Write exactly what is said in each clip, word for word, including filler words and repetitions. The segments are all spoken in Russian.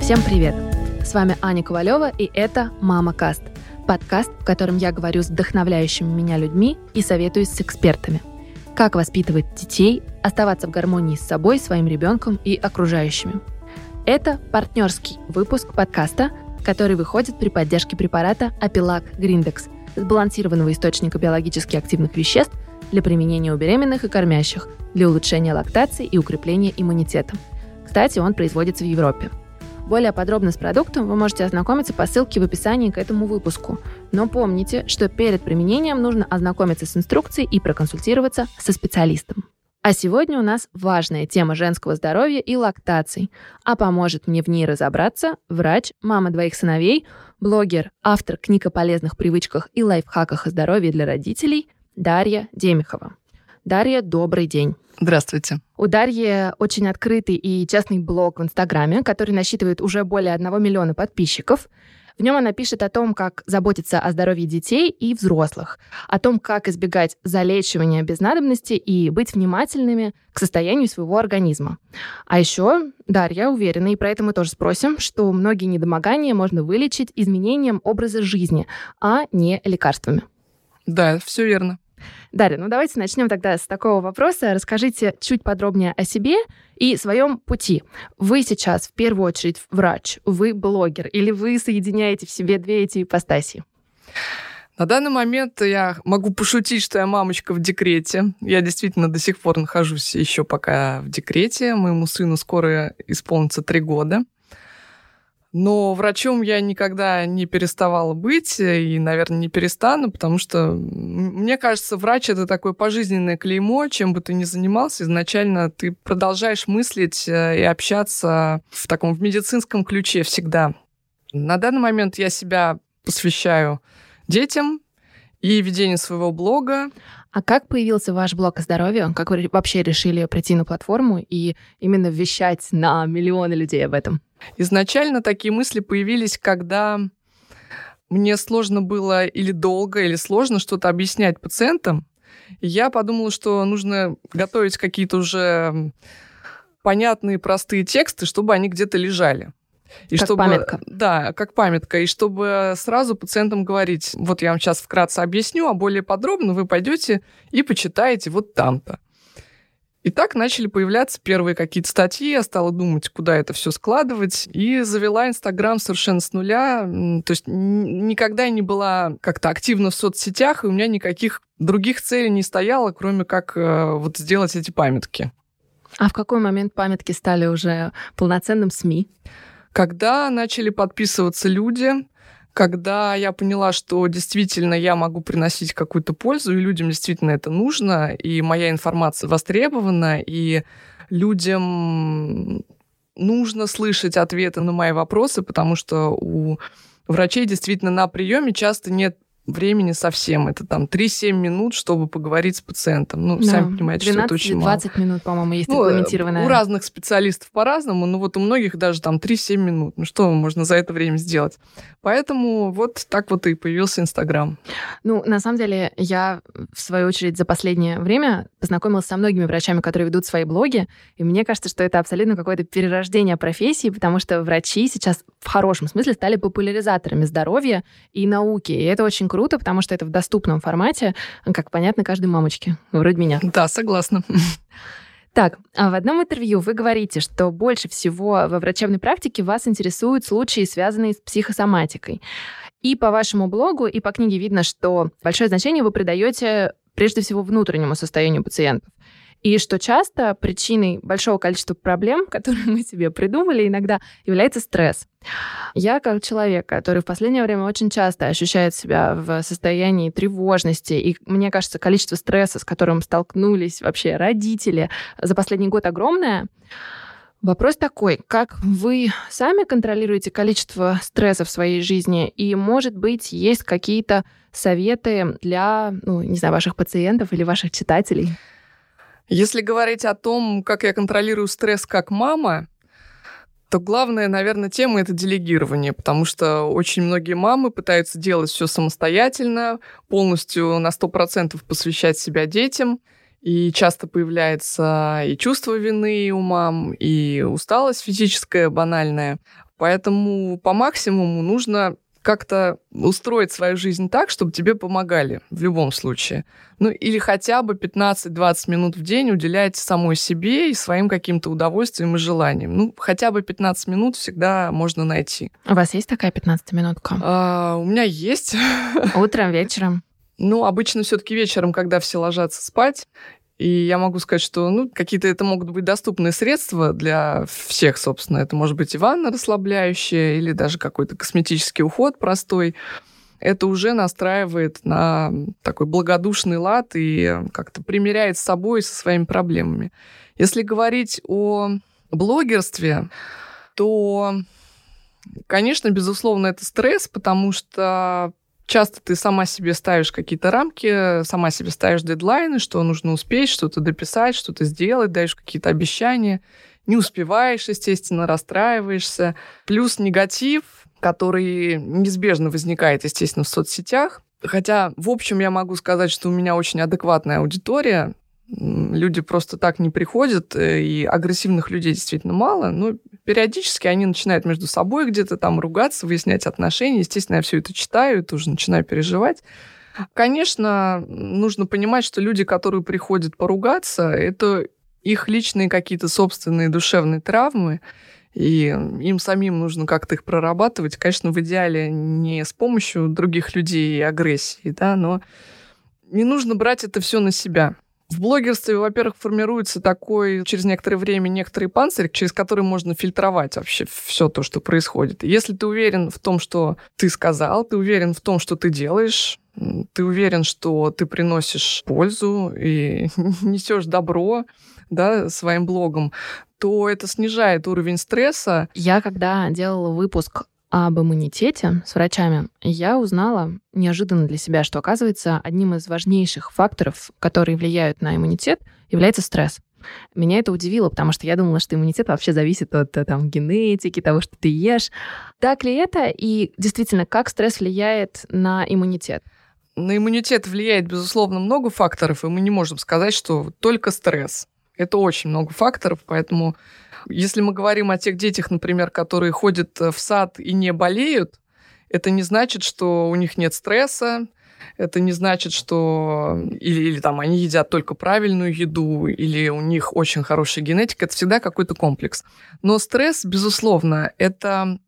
Всем привет! С вами Аня Ковалева, и это «Мама-каст» – подкаст, в котором я говорю с вдохновляющими меня людьми и советуюсь с экспертами. Как воспитывать детей, оставаться в гармонии с собой, своим ребенком и окружающими. Это партнерский выпуск подкаста, который выходит при поддержке препарата Апилак Гриндекс, сбалансированного источника биологически активных веществ для применения у беременных и кормящих, для улучшения лактации и укрепления иммунитета. Кстати, он производится в Европе. Более подробно с продуктом вы можете ознакомиться по ссылке в описании к этому выпуску. Но помните, что перед применением нужно ознакомиться с инструкцией и проконсультироваться со специалистом. А сегодня у нас важная тема женского здоровья и лактаций. А поможет мне в ней разобраться врач, мама двоих сыновей, блогер, автор книг о полезных привычках и лайфхаках о здоровье для родителей Дарья Демихова. Дарья, добрый день. Здравствуйте. У Дарьи очень открытый и честный блог в Инстаграме, который насчитывает уже более одного миллиона подписчиков. В нем она пишет о том, как заботиться о здоровье детей и взрослых, о том, как избегать залечивания без надобности и быть внимательными к состоянию своего организма. А еще Дарья уверена, и про это мы тоже спросим, что многие недомогания можно вылечить изменением образа жизни, а не лекарствами. Да, все верно. Дарья, ну давайте начнем тогда с такого вопроса. Расскажите чуть подробнее о себе и своем пути. Вы сейчас в первую очередь врач, вы блогер, или вы соединяете в себе две эти ипостаси? На данный момент я могу пошутить, что я мамочка в декрете. Я действительно до сих пор нахожусь еще пока в декрете. Моему сыну скоро исполнится три года. Но врачом я никогда не переставала быть и, наверное, не перестану, потому что, мне кажется, врач — это такое пожизненное клеймо. Чем бы ты ни занимался, изначально ты продолжаешь мыслить и общаться в таком в медицинском ключе всегда. На данный момент я себя посвящаю детям и ведению своего блога. А как появился ваш блог о здоровье? Как вы вообще решили прийти на платформу и именно вещать на миллионы людей об этом? Изначально такие мысли появились, когда мне сложно было или долго, или сложно что-то объяснять пациентам. И я подумала, что нужно готовить какие-то уже понятные, простые тексты, чтобы они где-то лежали. И как чтобы, памятка. Да, как памятка. И чтобы сразу пациентам говорить, вот я вам сейчас вкратце объясню, а более подробно вы пойдете и почитаете вот там-то. И так начали появляться первые какие-то статьи, я стала думать, куда это все складывать, и завела Инстаграм совершенно с нуля. То есть никогда не была как-то активна в соцсетях, и у меня никаких других целей не стояло, кроме как вот сделать эти памятки. А в какой момент памятки стали уже полноценным СМИ? Когда начали подписываться люди, когда я поняла, что действительно я могу приносить какую-то пользу, и людям действительно это нужно, и моя информация востребована, и людям нужно слышать ответы на мои вопросы, потому что у врачей действительно на приеме часто нет времени совсем. Это там три-семь минут, чтобы поговорить с пациентом. Ну, да, сами понимаете, что это очень мало. двадцать минут, по-моему, есть ну, регламентированная. У разных специалистов по-разному, но вот у многих даже там три-семь минут. Ну, что можно за это время сделать? Поэтому вот так вот и появился Инстаграм. Ну, на самом деле, я, в свою очередь, за последнее время познакомилась со многими врачами, которые ведут свои блоги, и мне кажется, что это абсолютно какое-то перерождение профессии, потому что врачи сейчас в хорошем смысле стали популяризаторами здоровья и науки, и это очень круто. Круто, потому что это в доступном формате, как понятно каждой мамочке, вроде меня. Да, согласна. Так, а в одном интервью вы говорите, что больше всего во врачебной практике вас интересуют случаи, связанные с психосоматикой. И по вашему блогу, и по книге видно, что большое значение вы придаете прежде всего внутреннему состоянию пациентов. И что часто причиной большого количества проблем, которые мы себе придумали иногда, является стресс. Я, как человек, который в последнее время очень часто ощущает себя в состоянии тревожности, и мне кажется, количество стресса, с которым столкнулись вообще родители, за последний год огромное. Вопрос такой: как вы сами контролируете количество стресса в своей жизни? И, может быть, есть какие-то советы для, ну, не знаю, ваших пациентов или ваших читателей? Если говорить о том, как я контролирую стресс как мама, то главная, наверное, тема — это делегирование, потому что очень многие мамы пытаются делать все самостоятельно, полностью на сто процентов посвящать себя детям, и часто появляется и чувство вины у мам, и усталость физическая банальная. Поэтому по максимуму нужно как-то устроить свою жизнь так, чтобы тебе помогали в любом случае. Ну, или хотя бы пятнадцать-двадцать минут в день уделять самой себе и своим каким-то удовольствиям и желаниям. Ну, хотя бы пятнадцать минут всегда можно найти. У вас есть такая пятнадцатиминутка? А, у меня есть. Утром, вечером? Ну, обычно все-таки вечером, когда все ложатся спать. И я могу сказать, что ну, какие-то это могут быть доступные средства для всех, собственно. Это может быть и ванна расслабляющая, или даже какой-то косметический уход простой. Это уже настраивает на такой благодушный лад и как-то примиряет с собой и со своими проблемами. Если говорить о блогерстве, то, конечно, безусловно, это стресс, потому что часто ты сама себе ставишь какие-то рамки, сама себе ставишь дедлайны, что нужно успеть, что-то дописать, что-то сделать, даешь какие-то обещания. Не успеваешь, естественно, расстраиваешься. Плюс негатив, который неизбежно возникает, естественно, в соцсетях. Хотя, в общем, я могу сказать, что у меня очень адекватная аудитория. Люди просто так не приходят, и агрессивных людей действительно мало, но периодически они начинают между собой где-то там ругаться, выяснять отношения. Естественно, я все это читаю, тоже начинаю переживать. Конечно, нужно понимать, что люди, которые приходят поругаться, это их личные какие-то собственные душевные травмы, и им самим нужно как-то их прорабатывать. Конечно, в идеале не с помощью других людей и агрессии, да, но не нужно брать это все на себя. В блогерстве, во-первых, формируется такой через некоторое время некоторый панцирь, через который можно фильтровать вообще все то, что происходит. Если ты уверен в том, что ты сказал, ты уверен в том, что ты делаешь, ты уверен, что ты приносишь пользу и несешь добро, да, своим блогом, то это снижает уровень стресса. Я когда делала выпуск об иммунитете с врачами, я узнала неожиданно для себя, что, оказывается, одним из важнейших факторов, которые влияют на иммунитет, является стресс. Меня это удивило, потому что я думала, что иммунитет вообще зависит от там, генетики, того, что ты ешь. Так ли это? И действительно, как стресс влияет на иммунитет? На иммунитет влияет, безусловно, много факторов, и мы не можем сказать, что только стресс. Это очень много факторов, поэтому если мы говорим о тех детях, например, которые ходят в сад и не болеют, это не значит, что у них нет стресса, это не значит, что или, или там они едят только правильную еду, или у них очень хорошая генетика. Это всегда какой-то комплекс. Но стресс, безусловно, это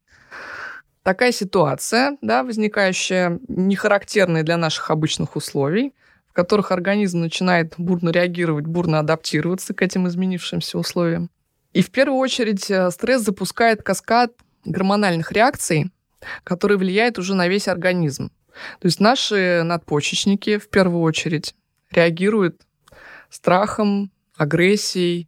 такая ситуация, да, возникающая, не характерная для наших обычных условий, в которых организм начинает бурно реагировать, бурно адаптироваться к этим изменившимся условиям. И в первую очередь стресс запускает каскад гормональных реакций, которые влияют уже на весь организм. То есть наши надпочечники в первую очередь реагируют страхом, агрессией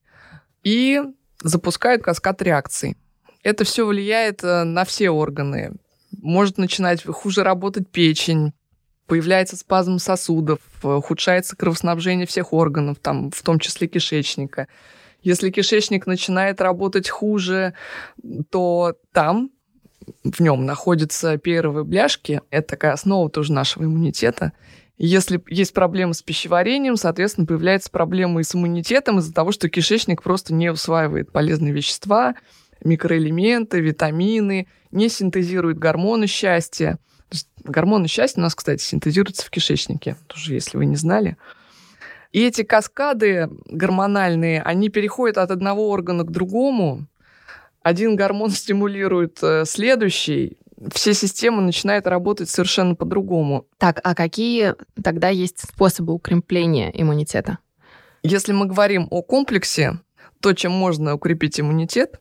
и запускают каскад реакций. Это все влияет на все органы. Может начинать хуже работать печень, появляется спазм сосудов, ухудшается кровоснабжение всех органов, там, в том числе кишечника. Если кишечник начинает работать хуже, то там, в нем находятся перовые бляшки. Это такая основа тоже нашего иммунитета. И если есть проблемы с пищеварением, соответственно, появляются проблемы и с иммунитетом из-за того, что кишечник просто не усваивает полезные вещества, микроэлементы, витамины, не синтезирует гормоны счастья. То есть гормоны счастья у нас, кстати, синтезируются в кишечнике, тоже, если вы не знали. И эти каскады гормональные, они переходят от одного органа к другому. Один гормон стимулирует следующий. Все системы начинают работать совершенно по-другому. Так, а какие тогда есть способы укрепления иммунитета? Если мы говорим о комплексе, то, чем можно укрепить иммунитет,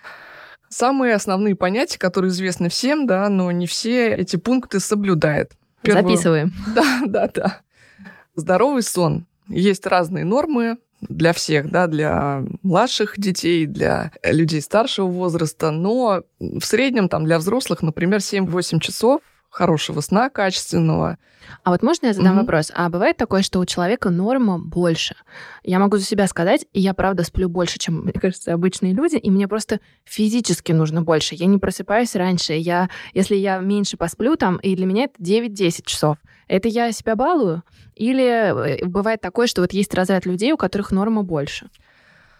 самые основные понятия, которые известны всем, да, но не все эти пункты соблюдают. Первое... Записываем. Да, да, да. Здоровый сон. Есть разные нормы для всех, да, для младших детей, для людей старшего возраста, но в среднем там, для взрослых, например, семь-восемь часов хорошего сна, качественного. А вот можно я задам Mm-hmm. вопрос? А бывает такое, что у человека норма больше? Я могу за себя сказать, и я, правда, сплю больше, чем, мне кажется, обычные люди, и мне просто физически нужно больше. Я не просыпаюсь раньше. Я, если я меньше посплю, там, и для меня это девять-десять часов. Это я себя балую? Или бывает такое, что вот есть разряд людей, у которых норма больше?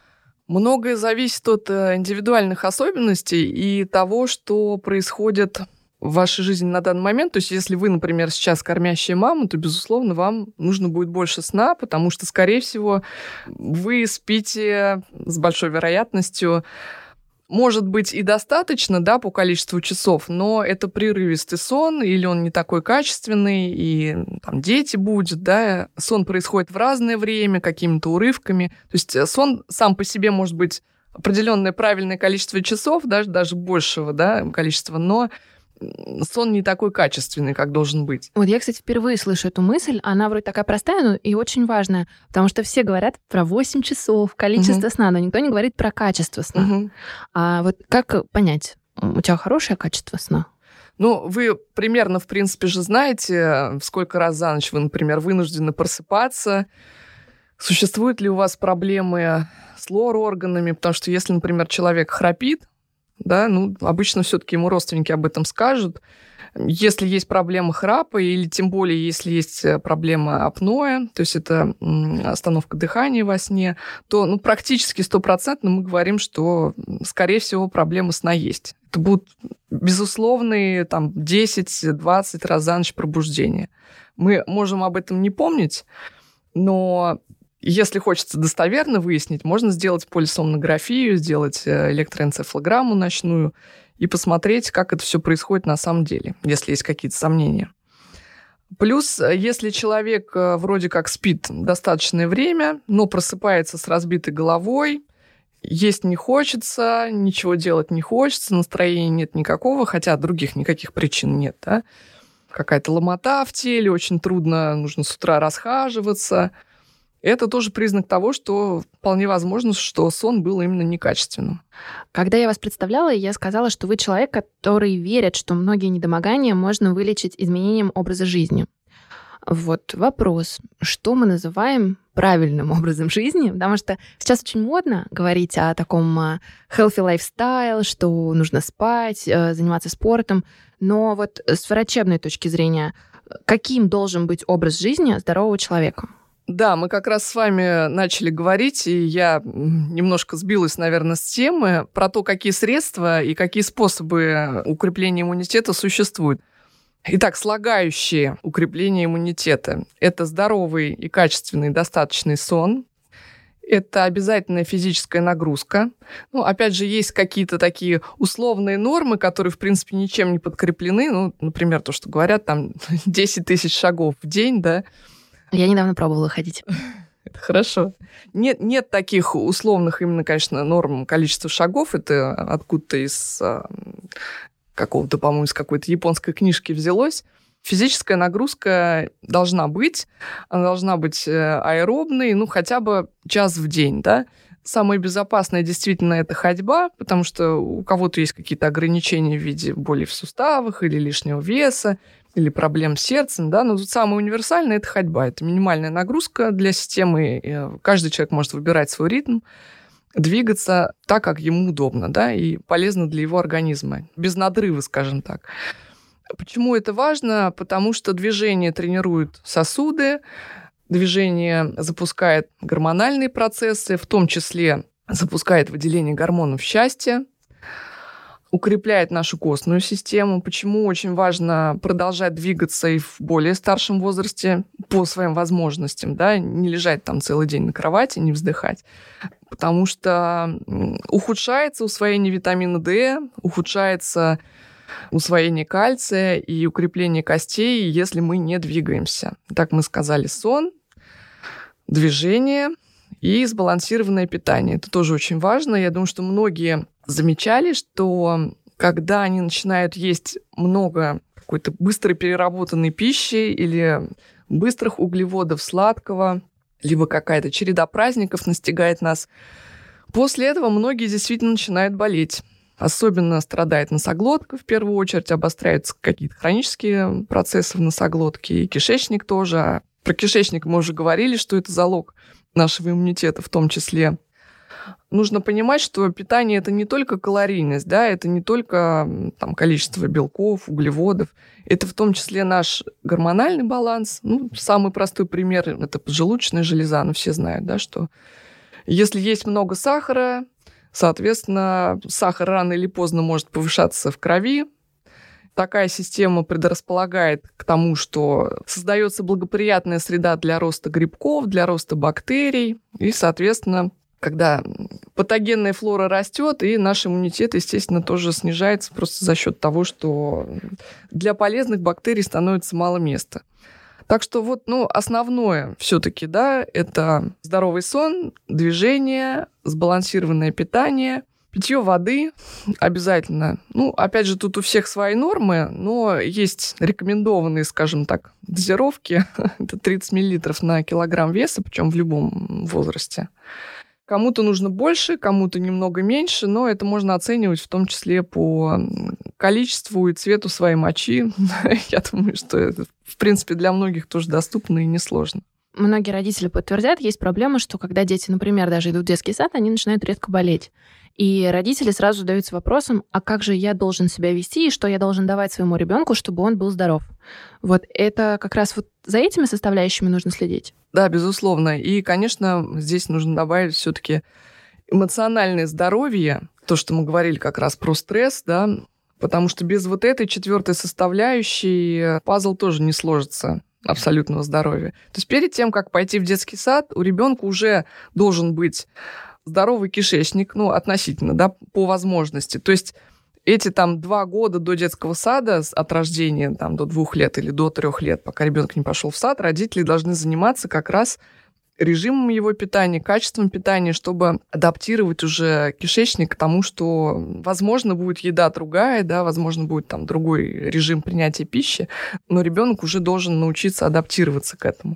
Многое зависит от индивидуальных особенностей и того, что происходит в вашей жизни на данный момент. То есть если вы, например, сейчас кормящая мама, то, безусловно, вам нужно будет больше сна, потому что, скорее всего, вы спите с большой вероятностью. Может быть, и достаточно, да, по количеству часов, но это прерывистый сон, или он не такой качественный, и там дети будут, да. Сон происходит в разное время, какими-то урывками. То есть сон сам по себе может быть определенное правильное количество часов, даже, даже большего, да, количества, но сон не такой качественный, как должен быть. Вот я, кстати, впервые слышу эту мысль. Она вроде такая простая, но и очень важная, потому что все говорят про восемь часов, количество uh-huh. сна, но никто не говорит про качество сна. Uh-huh. А вот как понять, у тебя хорошее качество сна? Ну, вы примерно, в принципе, же знаете, сколько раз за ночь вы, например, вынуждены просыпаться. Существуют ли у вас проблемы с лор-органами? Потому что если, например, человек храпит, да, ну, обычно все-таки ему родственники об этом скажут. Если есть проблема храпа, или тем более, если есть проблема апноэ, то есть это остановка дыхания во сне, то ну, практически стопроцентно мы говорим, что, скорее всего, проблема сна есть. Это будут безусловные там, десять-двадцать раз за ночь пробуждения. Мы можем об этом не помнить, но если хочется достоверно выяснить, можно сделать полисомнографию, сделать электроэнцефалограмму ночную и посмотреть, как это все происходит на самом деле, если есть какие-то сомнения. Плюс, если человек вроде как спит достаточное время, но просыпается с разбитой головой, есть не хочется, ничего делать не хочется, настроения нет никакого, хотя других никаких причин нет, да? Какая-то ломота в теле, очень трудно, нужно с утра расхаживаться. Это тоже признак того, что вполне возможно, что сон был именно некачественным. Когда я вас представляла, я сказала, что вы человек, который верит, что многие недомогания можно вылечить изменением образа жизни. Вот вопрос, что мы называем правильным образом жизни? Потому что сейчас очень модно говорить о таком healthy lifestyle, что нужно спать, заниматься спортом. Но вот с врачебной точки зрения, каким должен быть образ жизни здорового человека? Да, мы как раз с вами начали говорить, и я немножко сбилась, наверное, с темы про то, какие средства и какие способы укрепления иммунитета существуют. Итак, слагающие укрепления иммунитета – это здоровый и качественный достаточный сон, это обязательная физическая нагрузка. Ну, опять же, есть какие-то такие условные нормы, которые, в принципе, ничем не подкреплены. Ну, например, то, что говорят, там, десять тысяч шагов в день, да. Я недавно пробовала ходить. Это хорошо. Нет, нет таких условных именно, конечно, норм количества шагов. Это откуда-то из какого-то, по-моему, из какой-то японской книжки взялось. Физическая нагрузка должна быть. Она должна быть аэробной, ну, хотя бы час в день, да. Самое безопасное действительно это ходьба, потому что у кого-то есть какие-то ограничения в виде боли в суставах или лишнего веса, или проблем с сердцем, да, но тут самое универсальное – это ходьба. Это минимальная нагрузка для системы. Каждый человек может выбирать свой ритм, двигаться так, как ему удобно, да, и полезно для его организма, без надрыва, скажем так. Почему это важно? Потому что движение тренирует сосуды, движение запускает гормональные процессы, в том числе запускает выделение гормонов счастья, укрепляет нашу костную систему. Почему очень важно продолжать двигаться и в более старшем возрасте по своим возможностям, да, не лежать там целый день на кровати, не вздыхать. Потому что ухудшается усвоение витамина D, ухудшается усвоение кальция и укрепление костей, если мы не двигаемся. Так мы сказали, сон, движение и сбалансированное питание. Это тоже очень важно. Я думаю, что многие замечали, что когда они начинают есть много какой-то быстро переработанной пищи или быстрых углеводов, сладкого, либо какая-то череда праздников настигает нас, после этого многие действительно начинают болеть. Особенно страдает носоглотка, в первую очередь, обостряются какие-то хронические процессы в носоглотке, и кишечник тоже. Про кишечник мы уже говорили, что это залог нашего иммунитета в том числе. Нужно понимать, что питание – это не только калорийность, да, это не только там, количество белков, углеводов, это в том числе наш гормональный баланс. Ну, самый простой пример – это поджелудочная железа, ну, все знают, да, что Если есть много сахара, соответственно, сахар рано или поздно может повышаться в крови. Такая система предрасполагает к тому, что создается благоприятная среда для роста грибков, для роста бактерий. И, соответственно, когда патогенная флора растет, и наш иммунитет, естественно, тоже снижается просто за счет того, что для полезных бактерий становится мало места. Так что вот, ну, основное все-таки, да, это здоровый сон, движение, сбалансированное питание, питье воды обязательно. Ну, опять же, тут у всех свои нормы, но есть рекомендованные, скажем так, дозировки. Это тридцать миллилитров на килограмм веса, причем в любом возрасте. Кому-то нужно больше, кому-то немного меньше, но это можно оценивать в том числе по количеству и цвету своей мочи. Я думаю, что это, в принципе, для многих тоже доступно и несложно. Многие родители подтвердят, есть проблема, что когда дети, например, даже идут в детский сад, они начинают редко болеть. И родители сразу задаются вопросом, а как же я должен себя вести и что я должен давать своему ребенку, чтобы он был здоров? Вот это как раз вот за этими составляющими нужно следить? Да, безусловно. И, конечно, здесь нужно добавить все-таки эмоциональное здоровье, то, что мы говорили как раз про стресс, да, потому что без вот этой четвертой составляющей пазл тоже не сложится абсолютного здоровья. То есть перед тем, как пойти в детский сад, у ребенка уже должен быть здоровый кишечник, ну, относительно, да, по возможности. То есть эти там два года до детского сада, от рождения там, до двух лет или до трех лет, пока ребенок не пошел в сад, родители должны заниматься как раз режимом его питания, качеством питания, чтобы адаптировать уже кишечник к тому, что, возможно, будет еда другая, да, возможно, будет там другой режим принятия пищи, но ребенок уже должен научиться адаптироваться к этому.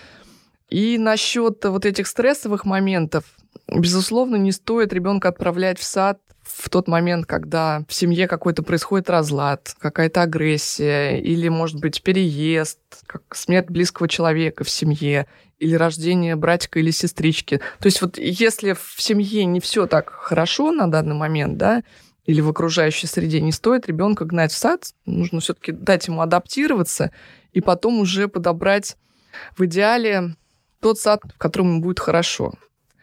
И насчет вот этих стрессовых моментов, безусловно, не стоит ребенка отправлять в сад в тот момент, когда в семье какой-то происходит разлад, какая-то агрессия, или, может быть, переезд, как смерть близкого человека в семье, или рождение братика или сестрички. То есть вот если в семье не все так хорошо на данный момент, да, или в окружающей среде, не стоит ребенка гнать в сад, нужно все-таки дать ему адаптироваться и потом уже подобрать в идеале тот сад, в котором ему будет хорошо.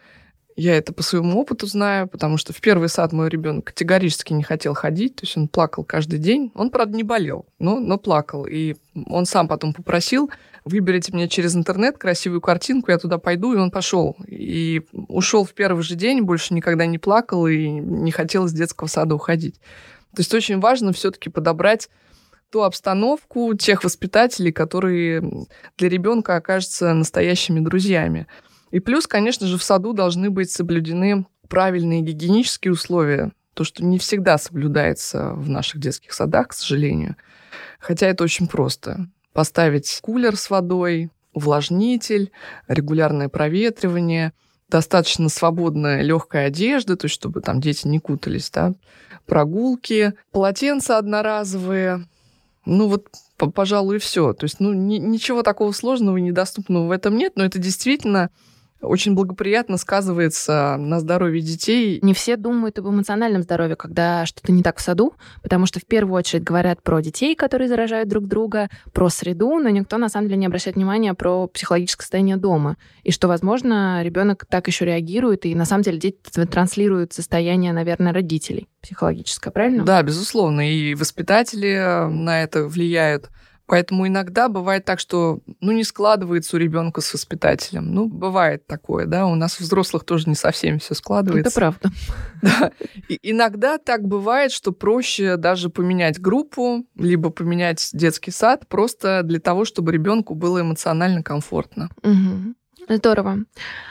Я это по своему опыту знаю, потому что в первый сад мой ребенок категорически не хотел ходить, то есть он плакал каждый день. Он, правда, не болел, но, но плакал. И он сам потом попросил: выберите мне через интернет красивую картинку, я туда пойду, и он пошел. И ушел в первый же день, больше никогда не плакал и не хотел из детского сада уходить. То есть очень важно все-таки подобрать ту обстановку, тех воспитателей, которые для ребенка окажутся настоящими друзьями. И плюс, конечно же, в саду должны быть соблюдены правильные гигиенические условия, то, что не всегда соблюдается в наших детских садах, к сожалению. Хотя это очень просто. Поставить кулер с водой, увлажнитель, регулярное проветривание, достаточно свободная легкая одежда, то есть чтобы там дети не кутались, да, прогулки, полотенца одноразовые. Ну вот, пожалуй, все. То есть, ну, ни, ничего такого сложного и недоступного в этом нет, но это действительно очень благоприятно сказывается на здоровье детей. Не все думают об эмоциональном здоровье, когда что-то не так в саду, потому что в первую очередь говорят про детей, которые заражают друг друга, про среду, но никто на самом деле не обращает внимания про психологическое состояние дома. И что, возможно, ребенок так еще реагирует, и на самом деле дети транслируют состояние, наверное, родителей психологическое, правильно? Да, безусловно, и воспитатели на это влияют. Поэтому иногда бывает так, что ну, не складывается у ребенка с воспитателем. Ну, бывает такое, да. У нас у взрослых тоже не со всеми все складывается. Это правда. Да. И иногда так бывает, что проще даже поменять группу, либо поменять детский сад, просто для того, чтобы ребенку было эмоционально комфортно. Угу. Здорово.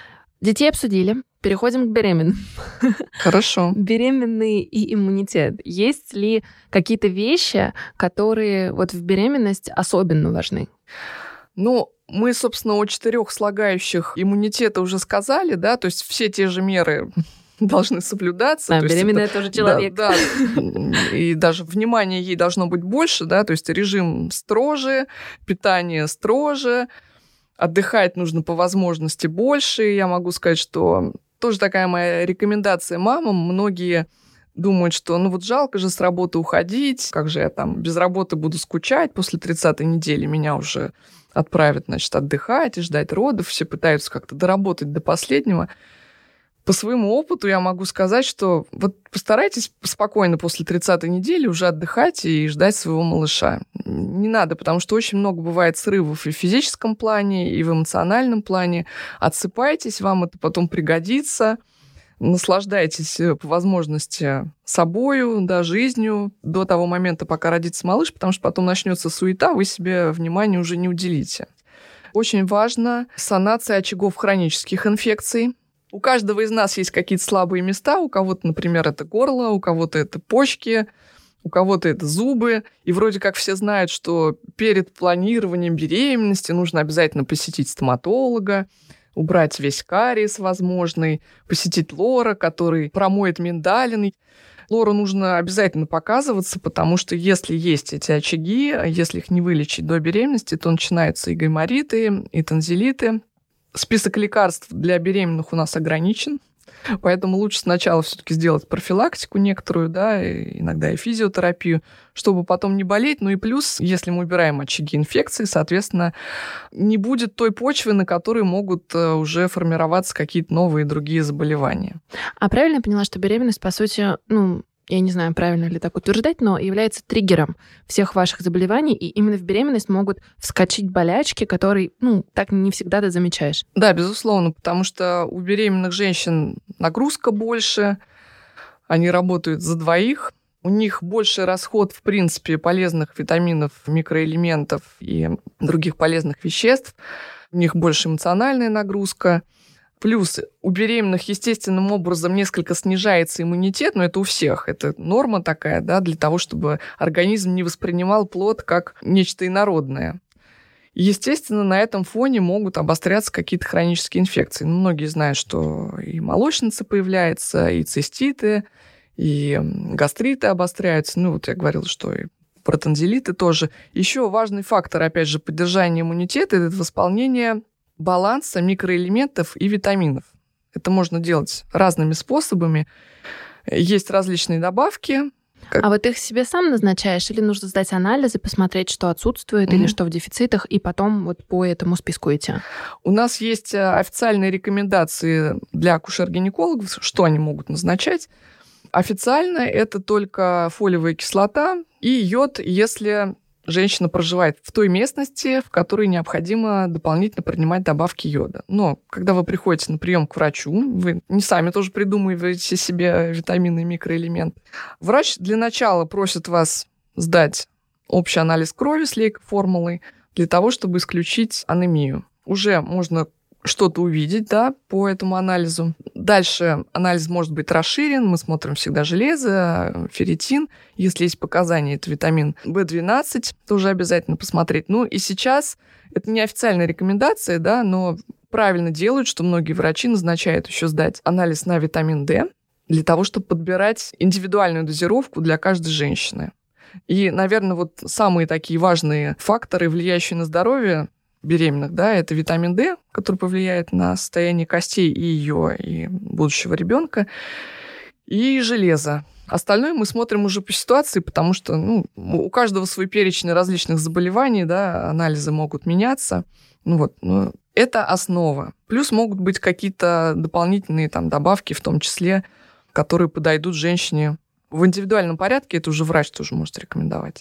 Детей обсудили. Переходим к беременным. Хорошо. Беременный и иммунитет. Есть ли какие-то вещи, которые вот в беременность особенно важны? Ну, мы, собственно, о четырех слагающих иммунитета уже сказали, да, то есть все те же меры должны соблюдаться. Да, беременная это, тоже человек. Да, да, и даже внимание ей должно быть больше, да, то есть режим строже, питание строже, отдыхать нужно по возможности больше. Я могу сказать, что тоже такая моя рекомендация мамам. Многие думают, что ну вот жалко же с работы уходить, как же я там без работы буду скучать, после тридцатой недели меня уже отправят, значит, отдыхать и ждать родов. Все пытаются как-то доработать до последнего. По своему опыту я могу сказать, что вот постарайтесь спокойно после тридцатой недели уже отдыхать и ждать своего малыша. Не надо, потому что очень много бывает срывов и в физическом плане, и в эмоциональном плане. Отсыпайтесь, вам это потом пригодится. Наслаждайтесь по возможности собою, да, жизнью до того момента, пока родится малыш, потому что потом начнется суета, вы себе внимания уже не уделите. Очень важно санация очагов хронических инфекций. У каждого из нас есть какие-то слабые места. У кого-то, например, это горло, у кого-то это почки, у кого-то это зубы. И вроде как все знают, что перед планированием беременности нужно обязательно посетить стоматолога, убрать весь кариес возможный, посетить лора, который промоет миндалин. Лору нужно обязательно показываться, потому что если есть эти очаги, если их не вылечить до беременности, то начинаются и гаймориты, и танзелиты. Список лекарств для беременных у нас ограничен, поэтому лучше сначала все-таки сделать профилактику некоторую, да, иногда и физиотерапию, чтобы потом не болеть. Ну и плюс, если мы убираем очаги инфекции, соответственно, не будет той почвы, на которой могут уже формироваться какие-то новые другие заболевания. А правильно я поняла, что беременность, по сути, ну, я не знаю, правильно ли так утверждать, но является триггером всех ваших заболеваний, и именно в беременность могут вскочить болячки, которые, ну, так не всегда ты замечаешь. Да, безусловно, потому что у беременных женщин нагрузка больше, они работают за двоих, у них больше расход, в принципе, полезных витаминов, микроэлементов и других полезных веществ, у них больше эмоциональная нагрузка. Плюс у беременных естественным образом несколько снижается иммунитет, но это у всех. Это норма такая, да, для того, чтобы организм не воспринимал плод как нечто инородное. И, естественно, на этом фоне могут обостряться какие-то хронические инфекции. Ну, многие знают, что и молочница появляется, и циститы, и гастриты обостряются. Ну, вот я говорила, что и про танзелиты тоже. Еще важный фактор, опять же, поддержания иммунитета – это восполнение баланса микроэлементов и витаминов. Это можно делать разными способами. Есть различные добавки. Как... А вот их себе сам назначаешь или нужно сдать анализы, посмотреть, что отсутствует mm-hmm. или что в дефицитах, и потом вот по этому списку идти? У нас есть официальные рекомендации для акушер-гинекологов, что они могут назначать. Официально это только фолиевая кислота и йод, если женщина проживает в той местности, в которой необходимо дополнительно принимать добавки йода. Но когда вы приходите на прием к врачу, вы не сами тоже придумываете себе витамины и микроэлементы. Врач для начала просит вас сдать общий анализ крови с лейкоформулой для того, чтобы исключить анемию. Уже можно что-то увидеть, да, по этому анализу. Дальше анализ может быть расширен. Мы смотрим всегда железо, ферритин. Если есть показания, это витамин бэ двенадцать, тоже обязательно посмотреть. Ну и сейчас это не официальная рекомендация, да, но правильно делают, что многие врачи назначают еще сдать анализ на витамин дэ для того, чтобы подбирать индивидуальную дозировку для каждой женщины. И, наверное, вот самые такие важные факторы, влияющие на здоровье беременных, да, это витамин дэ, который повлияет на состояние костей и ее, и будущего ребенка, и железо. Остальное мы смотрим уже по ситуации, потому что ну, у каждого свой перечень различных заболеваний, да, анализы могут меняться. Ну вот, ну, это основа. Плюс могут быть какие-то дополнительные там добавки, в том числе, которые подойдут женщине в индивидуальном порядке. Это уже врач тоже может рекомендовать.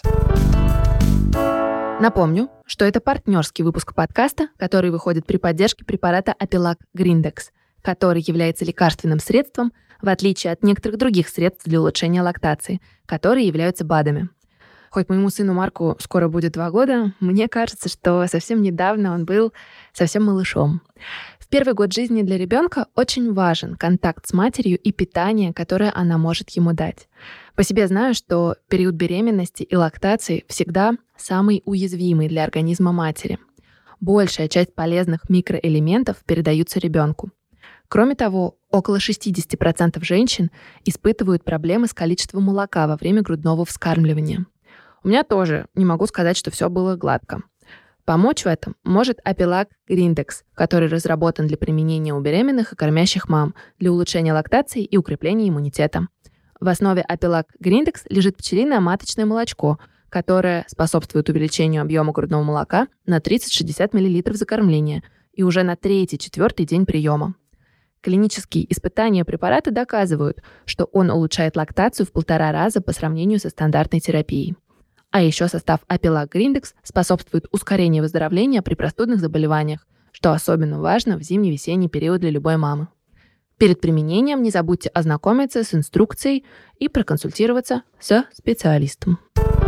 Напомню, что это партнерский выпуск подкаста, который выходит при поддержке препарата Апилак Гриндекс, который является лекарственным средством, в отличие от некоторых других средств для улучшения лактации, которые являются БАДами. Хоть моему сыну Марку скоро будет два года, мне кажется, что совсем недавно он был совсем малышом. В первый год жизни для ребенка очень важен контакт с матерью и питание, которое она может ему дать. По себе знаю, что период беременности и лактации всегда самый уязвимый для организма матери. Большая часть полезных микроэлементов передаются ребенку. Кроме того, около шестьдесят процентов женщин испытывают проблемы с количеством молока во время грудного вскармливания. У меня тоже не могу сказать, что все было гладко. Помочь в этом может Апилак Гриндекс, который разработан для применения у беременных и кормящих мам для улучшения лактации и укрепления иммунитета. В основе Апилак Гриндекс лежит пчелиное маточное молочко, которое способствует увеличению объема грудного молока на тридцать-шестьдесят миллилитров за кормление и уже на третий-четвертый день приема. Клинические испытания препарата доказывают, что он улучшает лактацию в полтора раза по сравнению со стандартной терапией. А еще состав Апилак Гриндекс способствует ускорению выздоровления при простудных заболеваниях, что особенно важно в зимне-весенний период для любой мамы. Перед применением не забудьте ознакомиться с инструкцией и проконсультироваться со специалистом.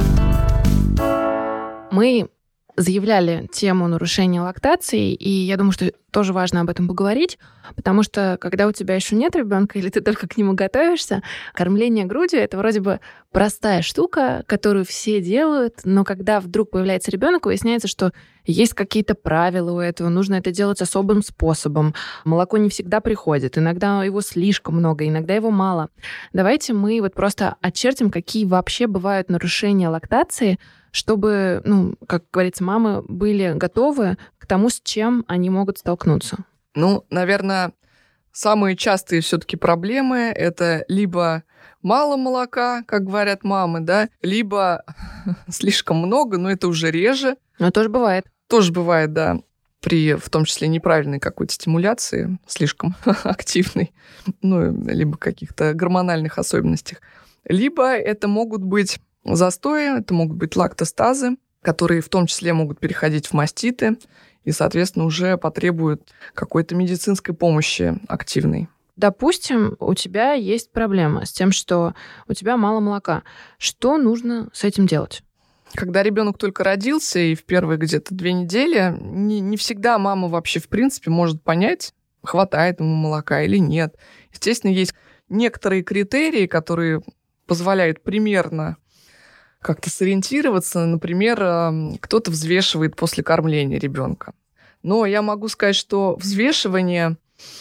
Мы заявляли тему нарушения лактации, и я думаю, что тоже важно об этом поговорить, потому что когда у тебя еще нет ребенка или ты только к нему готовишься, кормление грудью — это вроде бы простая штука, которую все делают, но когда вдруг появляется ребенок, выясняется, что есть какие-то правила у этого, нужно это делать особым способом. Молоко не всегда приходит, иногда его слишком много, иногда его мало. Давайте мы вот просто очертим, какие вообще бывают нарушения лактации, чтобы, ну, как говорится, мамы были готовы к тому, с чем они могут столкнуться. Ну, наверное, самые частые все-таки проблемы — это либо мало молока, как говорят мамы, да, либо слишком много, но это уже реже. Но тоже бывает. Тоже бывает, да, при, в том числе, неправильной какой-то стимуляции, слишком активной, ну, либо каких-то гормональных особенностях. Либо это могут быть застои, это могут быть лактостазы, которые в том числе могут переходить в маститы и, соответственно, уже потребуют какой-то медицинской помощи активной. Допустим, у тебя есть проблема с тем, что у тебя мало молока. Что нужно с этим делать? Когда ребенок только родился, и в первые где-то две недели, не, не всегда мама вообще, в принципе, может понять, хватает ему молока или нет. Естественно, есть некоторые критерии, которые позволяют примерно как-то сориентироваться. Например, кто-то взвешивает после кормления ребенка. Но я могу сказать, что взвешивание,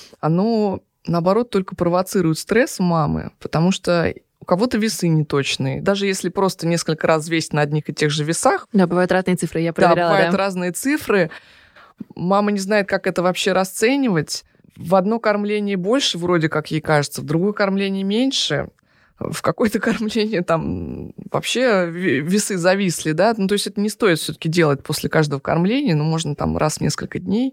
оно, наоборот, только провоцирует стресс у мамы, потому что у кого-то весы неточные. Даже если просто несколько раз весить на одних и тех же весах. Да, бывают разные цифры, я проверяла. Да, бывают да. разные цифры. Мама не знает, как это вообще расценивать. В одно кормление больше, вроде как ей кажется, в другое кормление меньше. В какое-то кормление там вообще весы зависли, да, ну, то есть это не стоит все-таки делать после каждого кормления, ну, можно там раз в несколько дней.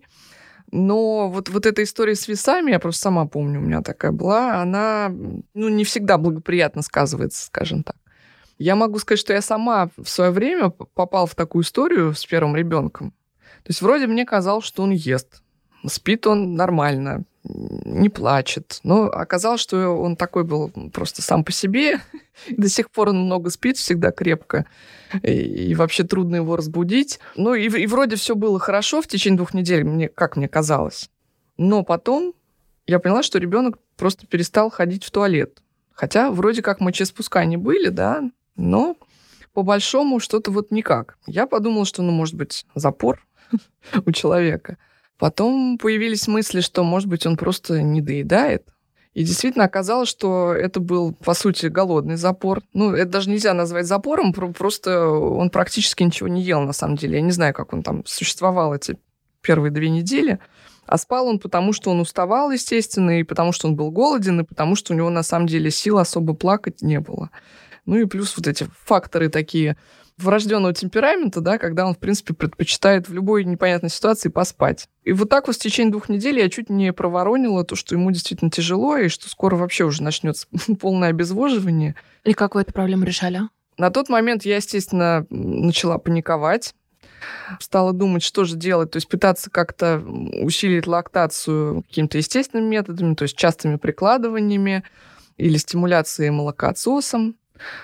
Но вот, вот эта история с весами, я просто сама помню, у меня такая была, она, ну, не всегда благоприятно сказывается, скажем так. Я могу сказать, что я сама в свое время попала в такую историю с первым ребенком. То есть вроде мне казалось, что он ест, спит он нормально, не плачет. Но оказалось, что он такой был просто сам по себе. И до сих пор он много спит, всегда крепко. И, и вообще трудно его разбудить. Ну и, и вроде все было хорошо в течение двух недель, мне, как мне казалось. Но потом я поняла, что ребенок просто перестал ходить в туалет. Хотя вроде как мочеиспускания были, да, но по большому что-то вот никак. Я подумала, что, ну, может быть, запор у человека. Потом появились мысли, что, может быть, он просто не доедает. И действительно оказалось, что это был, по сути, голодный запор. Ну, это даже нельзя назвать запором, просто он практически ничего не ел, на самом деле. Я не знаю, как он там существовал эти первые две недели. А спал он потому, что он уставал, естественно, и потому, что он был голоден, и потому, что у него, на самом деле, сил особо плакать не было. Ну и плюс вот эти факторы такие врожденного темперамента, да, когда он, в принципе, предпочитает в любой непонятной ситуации поспать. И вот так вот в течение двух недель я чуть не проворонила то, что ему действительно тяжело, и что скоро вообще уже начнется полное обезвоживание. И как вы эту проблему решали? На тот момент я, естественно, начала паниковать, стала думать, что же делать, то есть пытаться как-то усилить лактацию какими-то естественными методами, то есть частыми прикладываниями или стимуляцией молокоотсосом.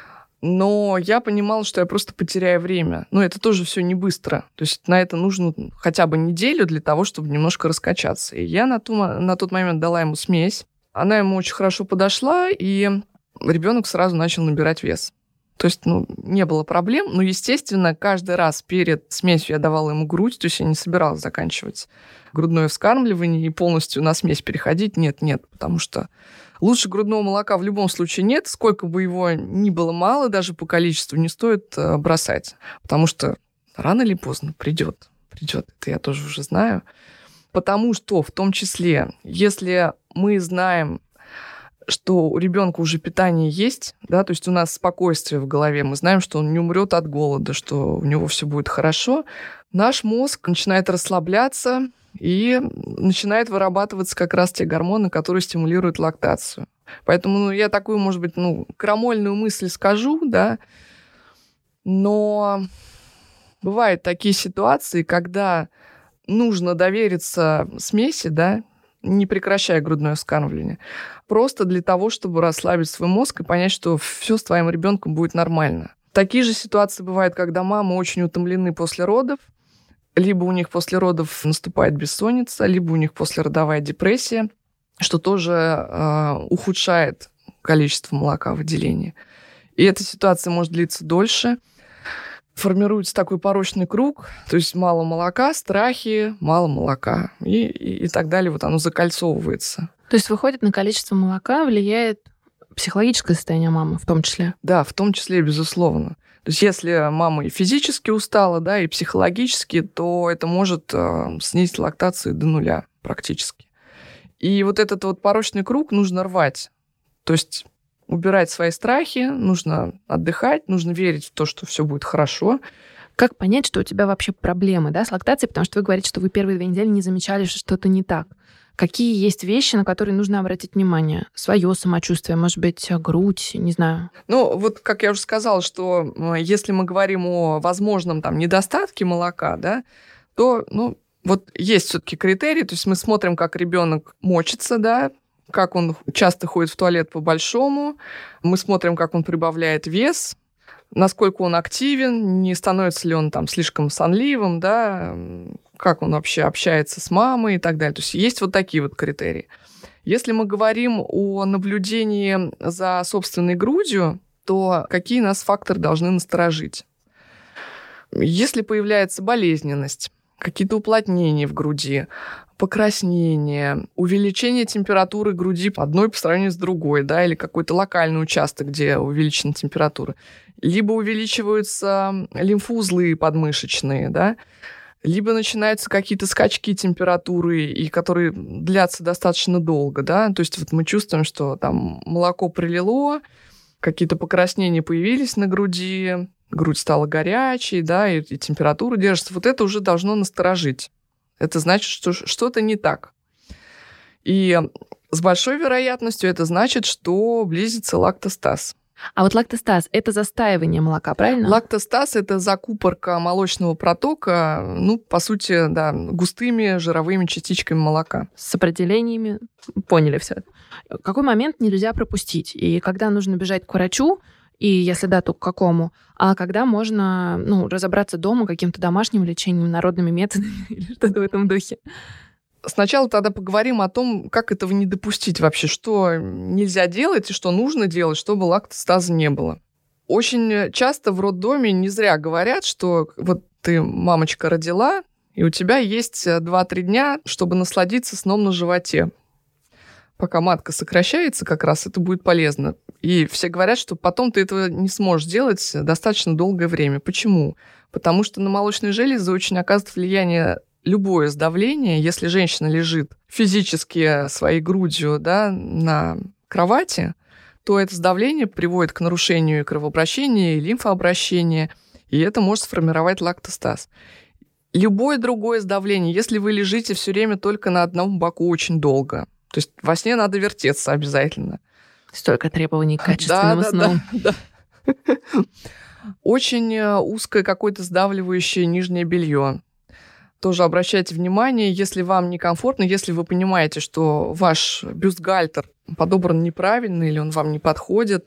Но я понимала, что я просто потеряю время. Но это тоже все не быстро. То есть на это нужно хотя бы неделю для того, чтобы немножко раскачаться. И я на, ту, на тот момент дала ему смесь. Она ему очень хорошо подошла, и ребенок сразу начал набирать вес. То есть, ну, не было проблем. Но, естественно, каждый раз перед смесью я давала ему грудь, то есть я не собиралась заканчивать грудное вскармливание и полностью на смесь переходить. Нет, нет, потому что лучше грудного молока в любом случае нет. Сколько бы его ни было мало, даже по количеству, не стоит бросать. Потому что рано или поздно придет. Придет, это я тоже уже знаю. Потому что, в том числе, если мы знаем, что у ребенка уже питание есть, да, то есть у нас спокойствие в голове, мы знаем, что он не умрет от голода, что у него все будет хорошо, наш мозг начинает расслабляться, и начинает вырабатываться как раз те гормоны, которые стимулируют лактацию. Поэтому ну, я такую, может быть, ну, крамольную мысль скажу, да, но бывают такие ситуации, когда нужно довериться смеси, да, не прекращая грудное вскармливание, просто для того, чтобы расслабить свой мозг и понять, что все с твоим ребенком будет нормально. Такие же ситуации бывают, когда мамы очень утомлены после родов, либо у них после родов наступает бессонница, либо у них послеродовая депрессия, что тоже э, ухудшает количество молока выделения. И эта ситуация может длиться дольше. Формируется такой порочный круг, то есть мало молока, страхи, мало молока, и, и, и так далее. Вот оно закольцовывается. То есть, выходит, на количество молока влияет психологическое состояние мамы в том числе? Да, в том числе, безусловно. То есть если мама и физически устала, да, и психологически, то это может э, снизить лактацию до нуля практически. И вот этот вот порочный круг нужно рвать. То есть убирать свои страхи, нужно отдыхать, нужно верить в то, что все будет хорошо. Как понять, что у тебя вообще проблемы, да, с лактацией? Потому что вы говорите, что вы первые две недели не замечали, что что-то не так. Какие есть вещи, на которые нужно обратить внимание? Свое самочувствие, может быть, грудь, не знаю. Ну, вот как я уже сказала, что если мы говорим о возможном там недостатке молока, да, то, ну, вот есть все-таки критерии, то есть мы смотрим, как ребенок мочится, да, как он часто ходит в туалет по-большому, мы смотрим, как он прибавляет вес, насколько он активен, не становится ли он там слишком сонливым, да, как он вообще общается с мамой и так далее. То есть есть вот такие вот критерии. Если мы говорим о наблюдении за собственной грудью, то какие нас факторы должны насторожить? Если появляется болезненность, какие-то уплотнения в груди, покраснение, увеличение температуры груди одной по сравнению с другой, да, или какой-то локальный участок, где увеличена температура, либо увеличиваются лимфоузлы подмышечные, да, либо начинаются какие-то скачки температуры, и которые длятся достаточно долго, да, то есть вот мы чувствуем, что там молоко прилило, какие-то покраснения появились на груди, грудь стала горячей, да, и, и температура держится, вот это уже должно насторожить. Это значит, что что-то не так. И с большой вероятностью это значит, что близится лактостаз. А вот лактостаз – это застаивание молока, правильно? Лактостаз – это закупорка молочного протока, ну, по сути, да, густыми жировыми частичками молока. С определениями поняли все. Какой момент нельзя пропустить? И когда нужно бежать к врачу, и если да, то к какому? А когда можно, ну, разобраться дома каким-то домашним лечением, народными методами или что-то в этом духе? Сначала тогда поговорим о том, как этого не допустить вообще, что нельзя делать и что нужно делать, чтобы лактостаза не было. Очень часто в роддоме не зря говорят, что вот ты, мамочка, родила, и у тебя есть два-три дня, чтобы насладиться сном на животе. Пока матка сокращается, как раз это будет полезно. И все говорят, что потом ты этого не сможешь делать достаточно долгое время. Почему? Потому что на молочные железы очень оказывает влияние любое сдавление. Если женщина лежит физически своей грудью, да, на кровати, то это сдавление приводит к нарушению кровообращения и лимфообращения, и это может сформировать лактостаз. Любое другое сдавление, если вы лежите все время только на одном боку очень долго, то есть во сне надо вертеться обязательно. Столько требований к качественному да, сну. Да, да, да. Очень узкое какое-то сдавливающее нижнее белье. Тоже обращайте внимание, если вам некомфортно, если вы понимаете, что ваш бюстгальтер подобран неправильно или он вам не подходит,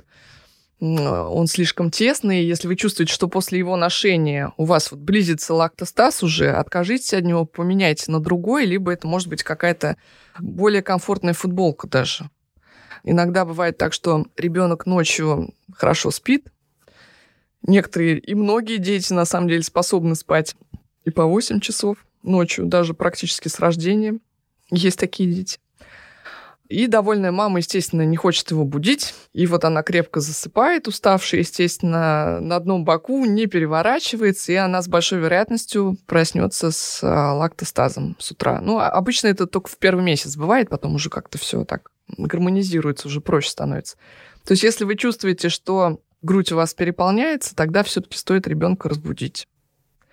он слишком тесный, если вы чувствуете, что после его ношения у вас вот близится лактостаз уже, откажитесь от него, поменяйте на другой, либо это может быть какая-то более комфортная футболка даже. Иногда бывает так, что ребенок ночью хорошо спит. Некоторые и многие дети на самом деле способны спать и по восемь часов ночью, даже практически с рождения. Есть такие дети. И довольная мама, естественно, не хочет его будить. И вот она крепко засыпает, уставшая, естественно, на одном боку, не переворачивается, и она с большой вероятностью проснется с лактостазом с утра. Ну, обычно это только в первый месяц бывает, потом уже как-то все так гармонизируется, уже проще становится. То есть если вы чувствуете, что грудь у вас переполняется, тогда все-таки стоит ребенка разбудить.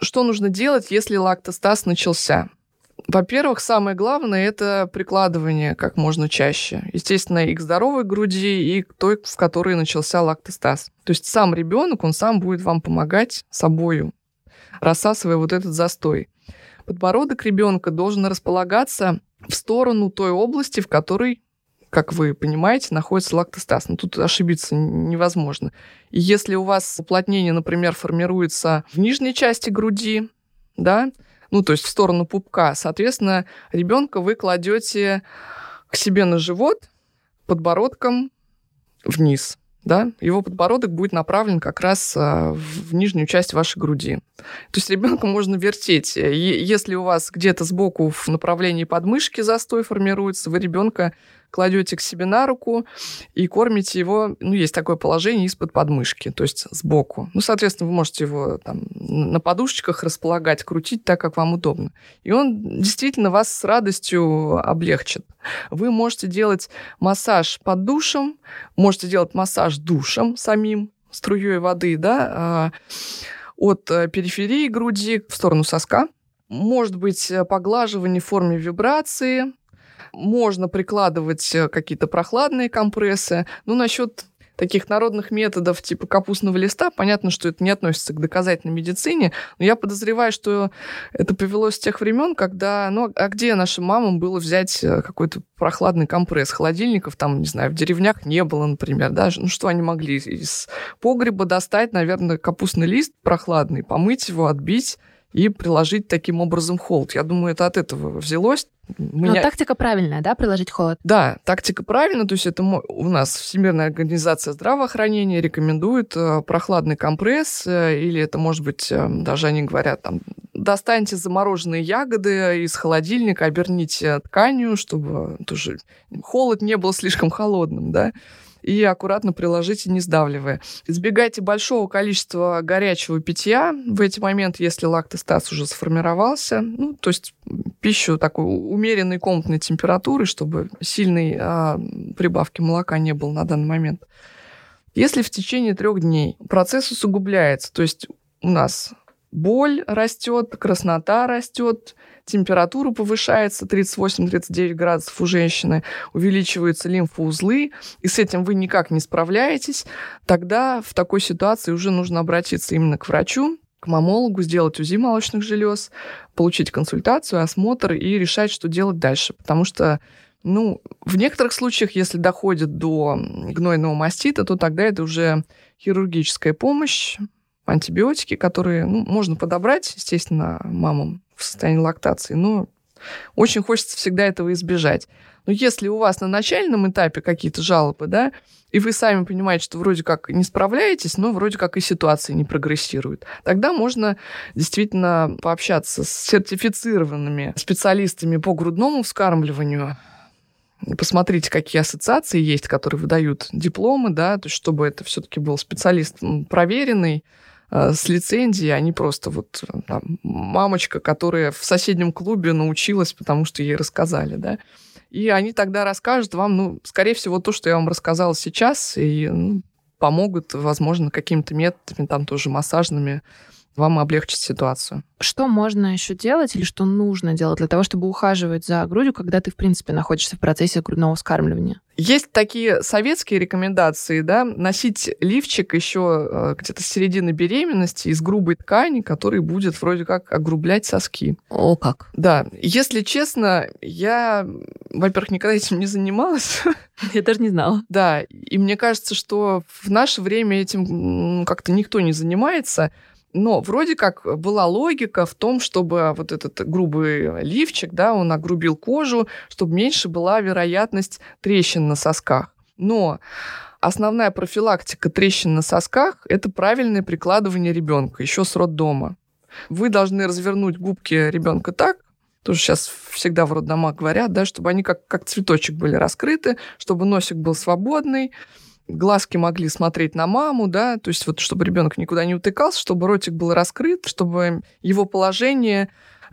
Что нужно делать, если лактостаз начался? Во-первых, самое главное – это прикладывание как можно чаще. Естественно, и к здоровой груди, и к той, в которой начался лактостаз. То есть сам ребенок, он сам будет вам помогать собою, рассасывая вот этот застой. Подбородок ребенка должен располагаться в сторону той области, в которой, как вы понимаете, находится лактостаз. Но тут ошибиться невозможно. И если у вас уплотнение, например, формируется в нижней части груди, да, ну, то есть в сторону пупка, соответственно, ребенка вы кладете к себе на живот подбородком вниз. Да? Его подбородок будет направлен как раз в нижнюю часть вашей груди. То есть ребенка можно вертеть. И если у вас где-то сбоку в направлении подмышки застой формируется, вы ребенка кладете к себе на руку и кормите его, ну, есть такое положение, из-под подмышки, то есть сбоку. Ну, соответственно, вы можете его там на подушечках располагать, крутить так, как вам удобно. И он действительно вас с радостью облегчит. Вы можете делать массаж под душем, можете делать массаж душем самим, струей воды, да, от периферии груди в сторону соска. Может быть поглаживание в форме вибрации. Можно прикладывать какие-то прохладные компрессы. Ну, насчет таких народных методов типа капустного листа, понятно, что это не относится к доказательной медицине, но я подозреваю, что это повелось с тех времен, когда, ну, а где нашим мамам было взять какой-то прохладный компресс? Холодильников там, не знаю, в деревнях не было, например, да? Ну, что они могли из погреба достать, наверное, капустный лист прохладный, помыть его, отбить и приложить таким образом холод. Я думаю, это от этого взялось. Но меня... тактика правильная, да, приложить холод? Да, тактика правильная. То есть это у нас Всемирная организация здравоохранения рекомендует прохладный компресс, или это, может быть, даже они говорят, там, достаньте замороженные ягоды из холодильника, оберните тканью, чтобы тоже холод не был слишком холодным, да, и аккуратно приложите, не сдавливая. Избегайте большого количества горячего питья в эти моменты, если лактостаз уже сформировался. Ну, то есть пищу такой умеренной комнатной температуры, чтобы сильной а, прибавки молока не было на данный момент. Если в течение трех дней процесс усугубляется, то есть у нас боль растет, краснота растет, температура повышается тридцать восемь - тридцать девять градусов у женщины, увеличиваются лимфоузлы, и с этим вы никак не справляетесь, тогда в такой ситуации уже нужно обратиться именно к врачу, к маммологу, сделать УЗИ молочных желез, получить консультацию, осмотр и решать, что делать дальше. Потому что, ну, в некоторых случаях, если доходит до гнойного мастита, то тогда это уже хирургическая помощь, антибиотики, которые, ну, можно подобрать, естественно, мамам в состоянии лактации, но очень хочется всегда этого избежать. Но если у вас на начальном этапе какие-то жалобы, да, и вы сами понимаете, что вроде как не справляетесь, но вроде как и ситуация не прогрессирует, тогда можно действительно пообщаться с сертифицированными специалистами по грудному вскармливанию. Посмотрите, какие ассоциации есть, которые выдают дипломы, да, то есть чтобы это все-таки был специалист проверенный, с лицензией, а не просто вот там, мамочка, которая в соседнем клубе научилась, потому что ей рассказали, да. И они тогда расскажут вам, ну, скорее всего, то, что я вам рассказала сейчас, и ну, помогут, возможно, какими-то методами, там тоже массажными, вам облегчить ситуацию. Что можно еще делать или что нужно делать для того, чтобы ухаживать за грудью, когда ты, в принципе, находишься в процессе грудного вскармливания? Есть такие советские рекомендации, да, носить лифчик еще где-то с середины беременности из грубой ткани, который будет вроде как огрублять соски. О, как? Да. Если честно, я, во-первых, никогда этим не занималась. Я даже не знала. Да, и мне кажется, что в наше время этим как-то никто не занимается. Но вроде как была логика в том, чтобы вот этот грубый лифчик, да, он огрубил кожу, чтобы меньше была вероятность трещин на сосках. Но основная профилактика трещин на сосках – это правильное прикладывание ребенка еще с роддома. Вы должны развернуть губки ребенка так, тоже сейчас всегда в роддомах говорят, да, чтобы они как, как цветочек были раскрыты, чтобы носик был свободный, глазки могли смотреть на маму, да, то есть вот чтобы ребенок никуда не утыкался, чтобы ротик был раскрыт, чтобы его положение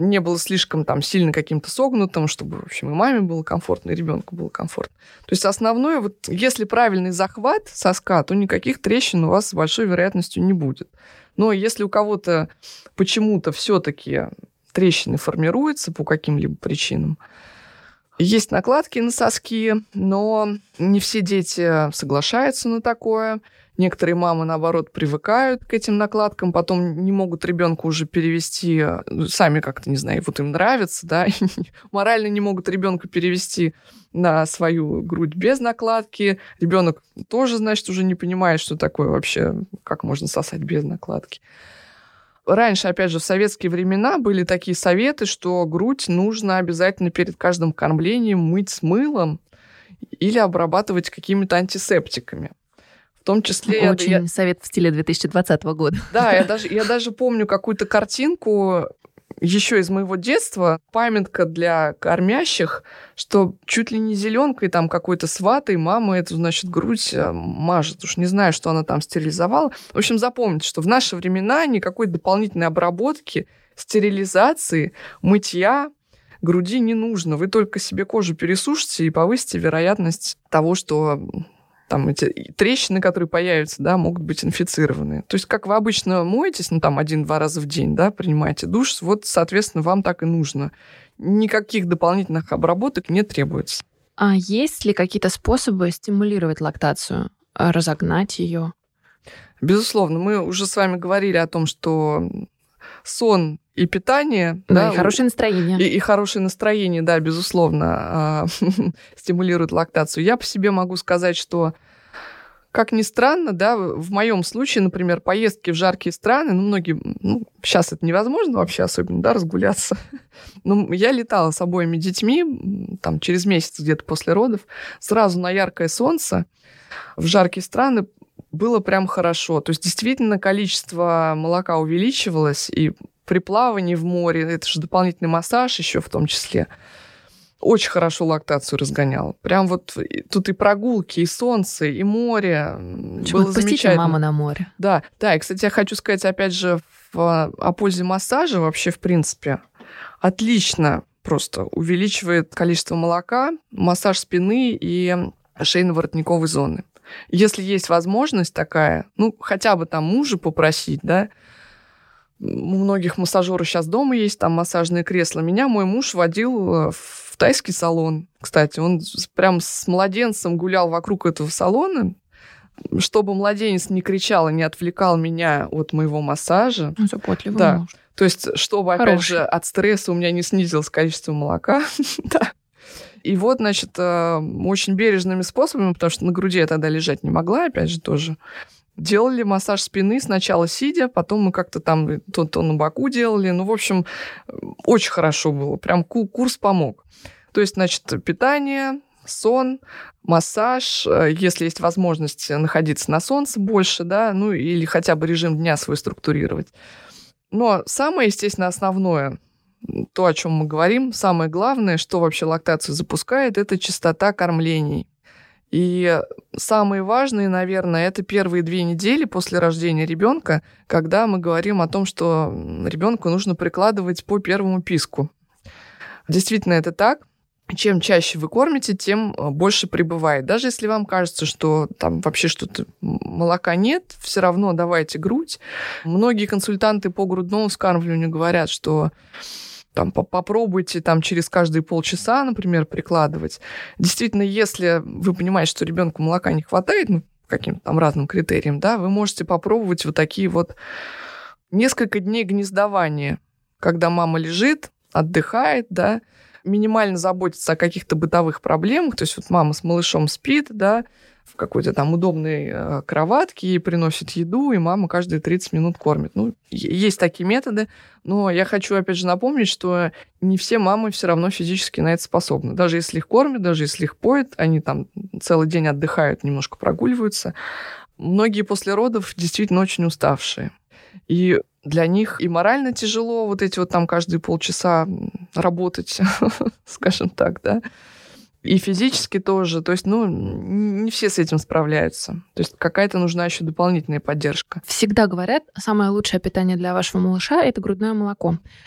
не было слишком там сильно каким-то согнутым, чтобы, в общем, и маме было комфортно, и ребенку было комфортно. То есть основное, вот если правильный захват соска, то никаких трещин у вас с большой вероятностью не будет. Но если у кого-то почему-то все-таки трещины формируются по каким-либо причинам, есть накладки на соски, но не все дети соглашаются на такое. Некоторые мамы, наоборот, привыкают к этим накладкам, потом не могут ребенка уже перевести, сами как-то, не знаю, вот им нравится, да, морально не могут ребенка перевести на свою грудь без накладки. Ребенок тоже, значит, уже не понимает, что такое вообще, как можно сосать без накладки. Раньше, опять же, в советские времена были такие советы, что грудь нужно обязательно перед каждым кормлением мыть с мылом или обрабатывать какими-то антисептиками. В том числе... Очень я... совет в стиле две тысячи двадцатого года. Да, я даже, я даже помню какую-то картинку еще из моего детства, памятка для кормящих, что чуть ли не зеленкой там какой-то с ватой мама эту, значит, грудь мажет. Уж не знаю, что она там стерилизовала. В общем, запомните, что в наши времена никакой дополнительной обработки, стерилизации, мытья груди не нужно. Вы только себе кожу пересушите и повысите вероятность того, что... там эти трещины, которые появятся, да, могут быть инфицированы. То есть, как вы обычно моетесь, ну, там, один-два раза в день, да, принимаете душ, вот, соответственно, вам так и нужно. Никаких дополнительных обработок не требуется. А есть ли какие-то способы стимулировать лактацию, разогнать ее? Безусловно. Мы уже с вами говорили о том, что сон и питание... Да, да, и хорошее настроение. И, и хорошее настроение, да, безусловно, стимулирует лактацию. Я по себе могу сказать, что, как ни странно, да, в моем случае, например, поездки в жаркие страны, ну, многие... Ну, сейчас это невозможно вообще особенно, да, разгуляться. Но я летала с обоими детьми, там, через месяц где-то после родов, сразу на яркое солнце в жаркие страны, было прям хорошо. То есть, действительно, количество молока увеличивалось, и при плавании в море, это же дополнительный массаж еще в том числе, очень хорошо лактацию разгонял. Прям вот тут и прогулки, и солнце, и море. Было замечательно. Мама на море. Да, да. И, кстати, я хочу сказать, опять же, в, о пользе массажа вообще, в принципе, отлично просто увеличивает количество молока, массаж спины и шейно-воротниковой зоны. Если есть возможность такая, ну, хотя бы там мужа попросить, да, у многих массажеров сейчас дома есть, там массажные кресла. Меня мой муж водил в тайский салон, кстати. Он прям с младенцем гулял вокруг этого салона, чтобы младенец не кричал и не отвлекал меня от моего массажа. Ну, заботливый да. муж. То есть, чтобы, Хороший. Опять же, от стресса у меня не снизилось количество молока. Да. И вот, значит, очень бережными способами, потому что на груди я тогда лежать не могла, опять же, тоже, делали массаж спины сначала сидя, потом мы как-то там то, то на боку делали. Ну, в общем, очень хорошо было. Прям курс помог. То есть, значит, питание, сон, массаж, если есть возможность находиться на солнце больше, да, ну, или хотя бы режим дня свой структурировать. Но самое, естественно, основное, то, о чем мы говорим, самое главное, что вообще лактацию запускает, это частота кормлений. И самые важные, наверное, это первые две недели после рождения ребенка, когда мы говорим о том, что ребенку нужно прикладывать по первому писку. Действительно, это так. Чем чаще вы кормите, тем больше прибывает. Даже если вам кажется, что там вообще что-то молока нет, все равно давайте грудь. Многие консультанты по грудному вскармливанию говорят, что там, попробуйте там, через каждые полчаса, например, прикладывать. Действительно, если вы понимаете, что ребенку молока не хватает, ну, каким-то там разным критериям, да, вы можете попробовать вот такие вот несколько дней гнездования, когда мама лежит, отдыхает, да, минимально заботиться о каких-то бытовых проблемах. То есть вот мама с малышом спит, да, в какой-то там удобной э, кроватке, ей приносит еду, и мама каждые тридцать минут кормит. Ну, есть такие методы, но я хочу, опять же, напомнить, что не все мамы все равно физически на это способны. Даже если их кормят, даже если их поят, они там целый день отдыхают, немножко прогуливаются. Многие после родов действительно очень уставшие. И для них и морально тяжело вот эти вот там каждые полчаса работать, скажем так, да. И физически тоже. То есть, ну, не все с этим справляются. То есть какая-то нужна еще дополнительная поддержка. Всегда говорят, самое лучшее питание для вашего малыша – это грудное молоко.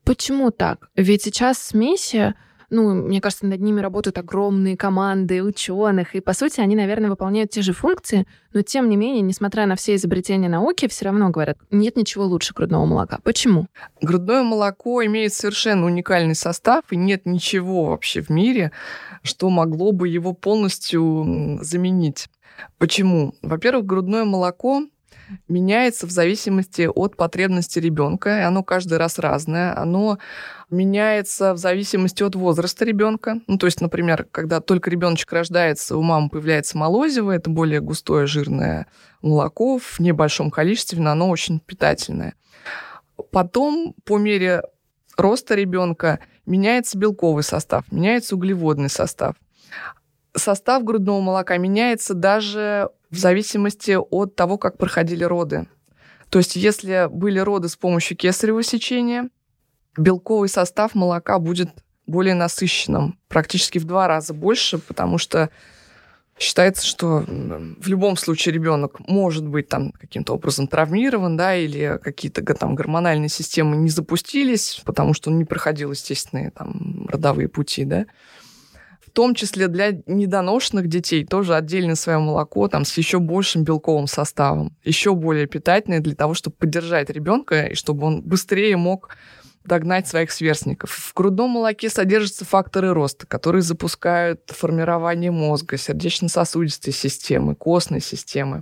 Почему так? Ведь сейчас смеси, ну, мне кажется, над ними работают огромные команды ученых, и, по сути, они, наверное, выполняют те же функции, но, тем не менее, несмотря на все изобретения науки, все равно говорят, нет ничего лучше грудного молока. Почему? Грудное молоко имеет совершенно уникальный состав, и нет ничего вообще в мире, что могло бы его полностью заменить. Почему? Во-первых, грудное молоко меняется в зависимости от потребностей ребенка, и оно каждый раз разное. Оно меняется в зависимости от возраста ребенка. Ну, то есть, например, когда только ребеночек рождается, у мамы появляется молозиво, это более густое жирное молоко в небольшом количестве, но оно очень питательное. Потом, по мере роста ребенка, меняется белковый состав, меняется углеводный состав. Состав грудного молока меняется даже в зависимости от того, как проходили роды. То есть, если были роды с помощью кесарево сечения, белковый состав молока будет более насыщенным, практически в два раза больше, потому что считается, что в любом случае ребенок может быть там каким-то образом травмирован, да, или какие-то там гормональные системы не запустились, потому что он не проходил естественные там родовые пути, да. В том числе для недоношенных детей тоже отдельно свое молоко там, с еще большим белковым составом, еще более питательное для того, чтобы поддержать ребенка и чтобы он быстрее мог догнать своих сверстников. В грудном молоке содержатся факторы роста, которые запускают формирование мозга, сердечно-сосудистой системы, костной системы.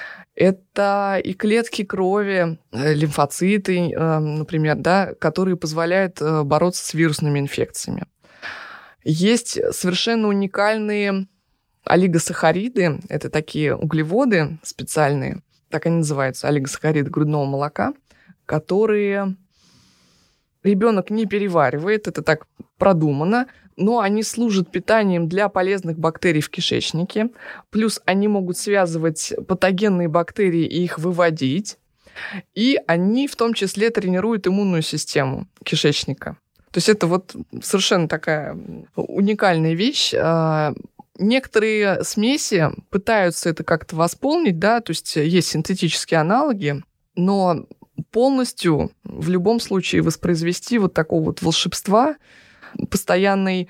Это и клетки крови, лимфоциты, например, да, которые позволяют бороться с вирусными инфекциями. Есть совершенно уникальные олигосахариды, это такие углеводы специальные, так они называются, олигосахариды грудного молока, которые ребенок не переваривает, это так продумано, но они служат питанием для полезных бактерий в кишечнике, плюс они могут связывать патогенные бактерии и их выводить, и они в том числе тренируют иммунную систему кишечника. То есть это вот совершенно такая уникальная вещь. Некоторые смеси пытаются это как-то восполнить, да, то есть есть синтетические аналоги, но полностью в любом случае воспроизвести вот такого вот волшебства, постоянной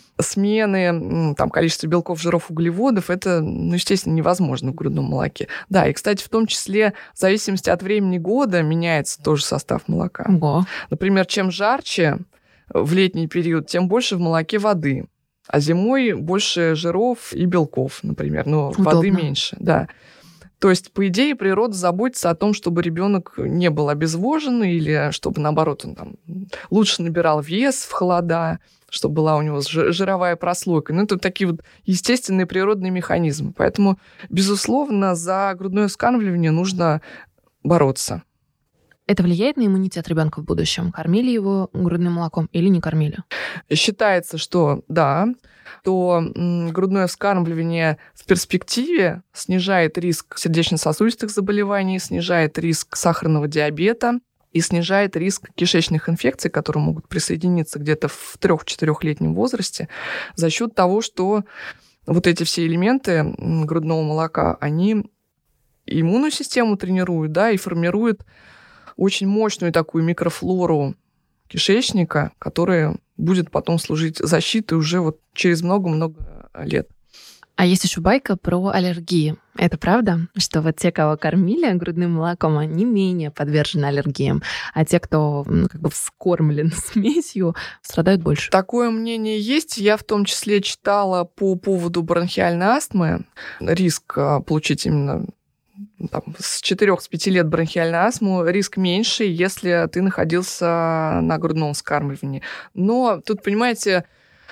смены там, количества белков, жиров, углеводов, это, ну, естественно, невозможно в грудном молоке. Да, и, кстати, в том числе в зависимости от времени года меняется тоже состав молока. Ого. Например, чем жарче в летний период, тем больше в молоке воды. А зимой больше жиров и белков, например. Но Удобно. Воды меньше, да. То есть, по идее, природа заботится о том, чтобы ребенок не был обезвожен или чтобы, наоборот, он там лучше набирал вес в холода, чтобы была у него жировая прослойка. Ну, это такие вот естественные природные механизмы. Поэтому, безусловно, за грудное вскармливание нужно бороться. Это влияет на иммунитет ребенка в будущем? Кормили его грудным молоком или не кормили? Считается, что да, то грудное вскармливание в перспективе снижает риск сердечно-сосудистых заболеваний, снижает риск сахарного диабета и снижает риск кишечных инфекций, которые могут присоединиться где-то в трёх-четырёхлетнем возрасте за счет того, что вот эти все элементы грудного молока, они иммунную систему тренируют, да, и формируют очень мощную такую микрофлору кишечника, которая будет потом служить защитой уже вот через много-много лет. А есть еще байка про аллергии. Это правда, что вот те, кого кормили грудным молоком, они менее подвержены аллергиям, а те, кто ну, как бы вскормлен смесью, страдают больше? Такое мнение есть. Я в том числе читала по поводу бронхиальной астмы. Риск получить именно там, с четырёх с пяти лет бронхиальную астму, риск меньше, если ты находился на грудном вскармливании. Но тут, понимаете,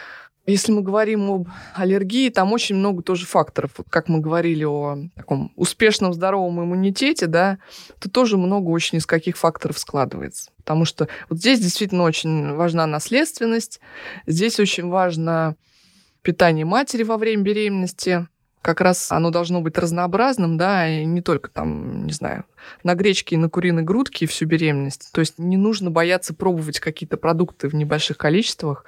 если мы говорим об аллергии, там очень много тоже факторов. Вот как мы говорили о таком успешном здоровом иммунитете, да, то тоже много очень из каких факторов складывается. Потому что вот здесь действительно очень важна наследственность, здесь очень важно питание матери во время беременности. Как раз оно должно быть разнообразным, да, и не только там, не знаю, на гречке и на куриной грудке всю беременность. То есть не нужно бояться пробовать какие-то продукты в небольших количествах.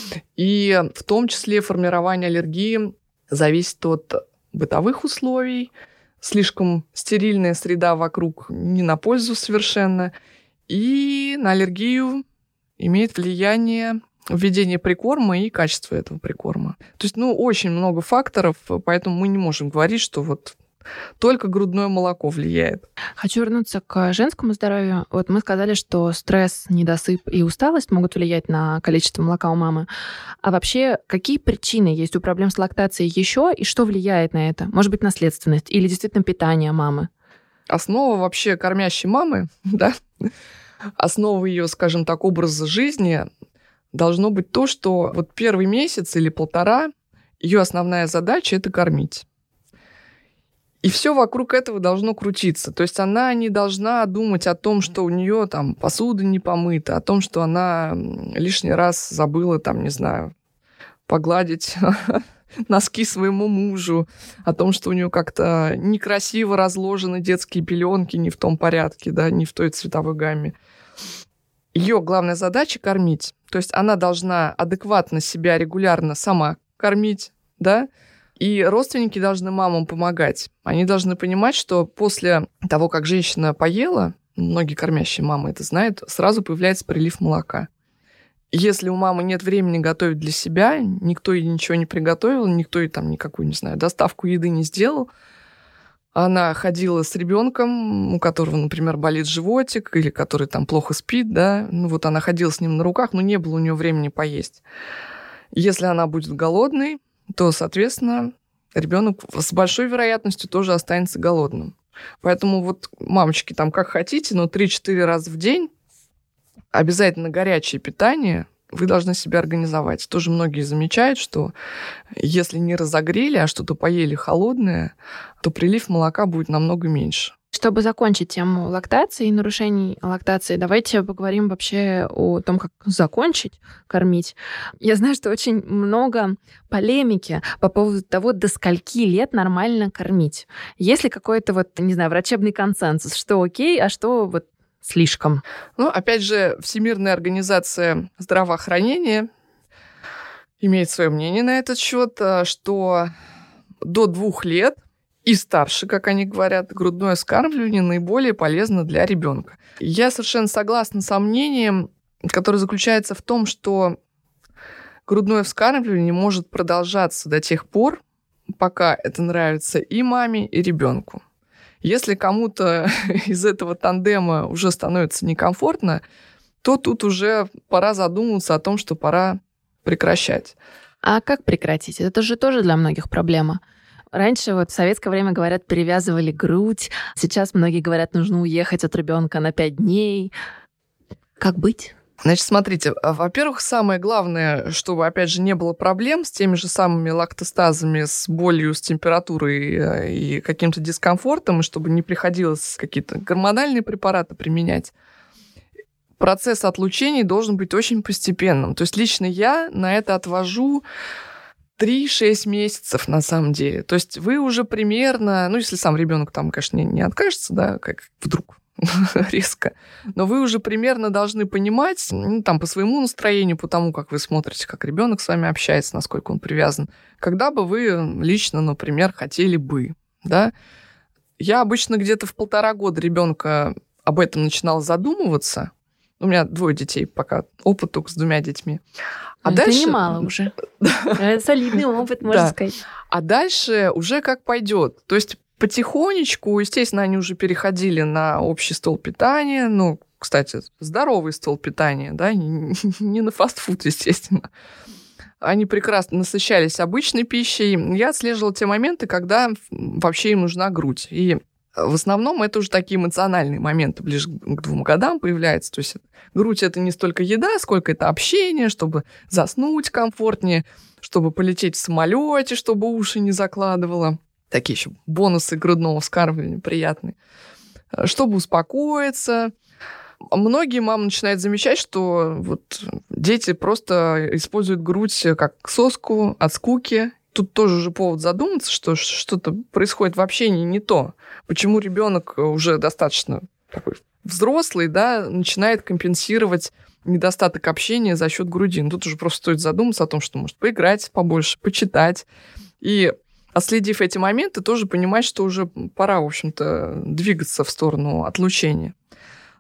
И в том числе формирование аллергии зависит от бытовых условий. Слишком стерильная среда вокруг не на пользу совершенно. И на аллергию имеет влияние введение прикорма и качество этого прикорма. То есть, ну, очень много факторов, поэтому мы не можем говорить, что вот только грудное молоко влияет. Хочу вернуться к женскому здоровью. Вот мы сказали, что стресс, недосып и усталость могут влиять на количество молока у мамы. А вообще, какие причины есть у проблем с лактацией еще и что влияет на это? Может быть, наследственность или действительно питание мамы? Основа вообще кормящей мамы, да, основа ее, скажем так, образа жизни должно быть то, что вот первый месяц или полтора ее основная задача – это кормить. И все вокруг этого должно крутиться. То есть она не должна думать о том, что у нее там посуда не помыта, о том, что она лишний раз забыла, там, не знаю, погладить носки своему мужу, о том, что у нее как-то некрасиво разложены детские пеленки, не в том порядке, да, не в той цветовой гамме. Ее главная задача – кормить. То есть она должна адекватно себя регулярно сама кормить, да, и родственники должны мамам помогать. Они должны понимать, что после того, как женщина поела, многие кормящие мамы это знают, сразу появляется прилив молока. Если у мамы нет времени готовить для себя, никто ей ничего не приготовил, никто ей там никакую, не знаю, доставку еды не сделал, она ходила с ребенком, у которого, например, болит животик, или который там плохо спит, да, ну вот она ходила с ним на руках, но не было у нее времени поесть. Если она будет голодной, то, соответственно, ребенок с большой вероятностью тоже останется голодным. Поэтому вот, мамочки, там как хотите, но три-четыре раза в день обязательно горячее питание вы должны себе организовать. Тоже многие замечают, что если не разогрели, а что-то поели холодное, то прилив молока будет намного меньше. Чтобы закончить тему лактации и нарушений лактации, давайте поговорим вообще о том, как закончить кормить. Я знаю, что очень много полемики по поводу того, до скольки лет нормально кормить. Есть ли какой-то вот, не знаю, врачебный консенсус, что окей, а что вот слишком? Ну, опять же, Всемирная организация здравоохранения имеет свое мнение на этот счет, что до двух лет и старше, как они говорят, грудное вскармливание наиболее полезно для ребенка. Я совершенно согласна с мнением, которое заключается в том, что грудное вскармливание может продолжаться до тех пор, пока это нравится и маме, и ребенку. Если кому-то из этого тандема уже становится некомфортно, то тут уже пора задуматься о том, что пора прекращать. А как прекратить? Это же тоже для многих проблема. Раньше вот в советское время, говорят, перевязывали грудь. Сейчас многие говорят, нужно уехать от ребенка на пять дней. Как быть? Значит, смотрите, во-первых, самое главное, чтобы, опять же, не было проблем с теми же самыми лактостазами, с болью, с температурой и каким-то дискомфортом, и чтобы не приходилось какие-то гормональные препараты применять. Процесс отлучения должен быть очень постепенным. То есть лично я на это отвожу три-шесть месяцев, на самом деле. То есть вы уже примерно, ну, если сам ребенок там, конечно, не, не откажется, да, как вдруг резко, но вы уже примерно должны понимать, ну, там, по своему настроению, по тому, как вы смотрите, как ребенок с вами общается, насколько он привязан, когда бы вы лично, например, хотели бы, да. Я обычно где-то в полтора года ребенка об этом начинала задумываться. У меня двое детей пока, опыт только с двумя детьми. А это дальше... немало уже. Это солидный опыт, можно сказать. А дальше уже как пойдет. То есть потихонечку, естественно, они уже переходили на общий стол питания. Ну, кстати, здоровый стол питания, да, не на фастфуд, естественно. Они прекрасно насыщались обычной пищей. Я отслеживала те моменты, когда вообще им нужна грудь. И в основном это уже такие эмоциональные моменты ближе к двум годам появляются. То есть грудь – это не столько еда, сколько это общение, чтобы заснуть комфортнее, чтобы полететь в самолете, чтобы уши не закладывало. Такие еще бонусы грудного вскармливания приятные. Чтобы успокоиться. Многие мамы начинают замечать, что вот дети просто используют грудь как соску от скуки. Тут тоже уже повод задуматься, что что-то происходит в общении не то. Почему ребенок уже достаточно такой взрослый, да, начинает компенсировать недостаток общения за счет груди. Ну, тут уже просто стоит задуматься о том, что может поиграть побольше, почитать. И, отследив эти моменты, тоже понимать, что уже пора, в общем-то, двигаться в сторону отлучения.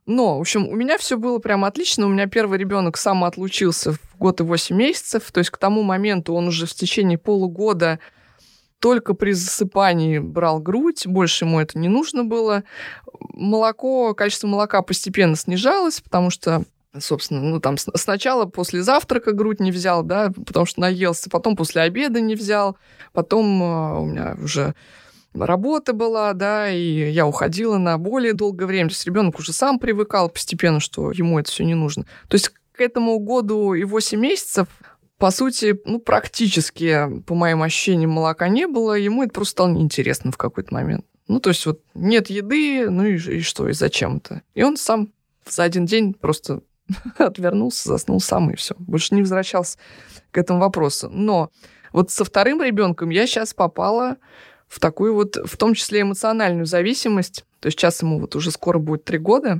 Но, в общем, у меня все было прям отлично. У меня первый ребенок самоотлучился в год и восемь месяцев. То есть к тому моменту он уже в течение полугода только при засыпании брал грудь. Больше ему это не нужно было. Молоко, количество молока постепенно снижалось, потому что, собственно, ну там сначала после завтрака грудь не взял, да, потому что наелся, потом после обеда не взял, потом у меня уже работа была, да, и я уходила на более долгое время. То есть ребенок уже сам привыкал постепенно, что ему это все не нужно. То есть к этому году и восемь месяцев, по сути, ну, практически, по моим ощущениям, молока не было. Ему это просто стало неинтересно в какой-то момент. Ну, то есть вот нет еды, ну и, и что, и зачем это? И он сам за один день просто отвернулся, заснул сам, и все. Больше не возвращался к этому вопросу. Но вот со вторым ребенком я сейчас попала в такую вот, в том числе эмоциональную зависимость. То есть сейчас ему вот уже скоро будет три года,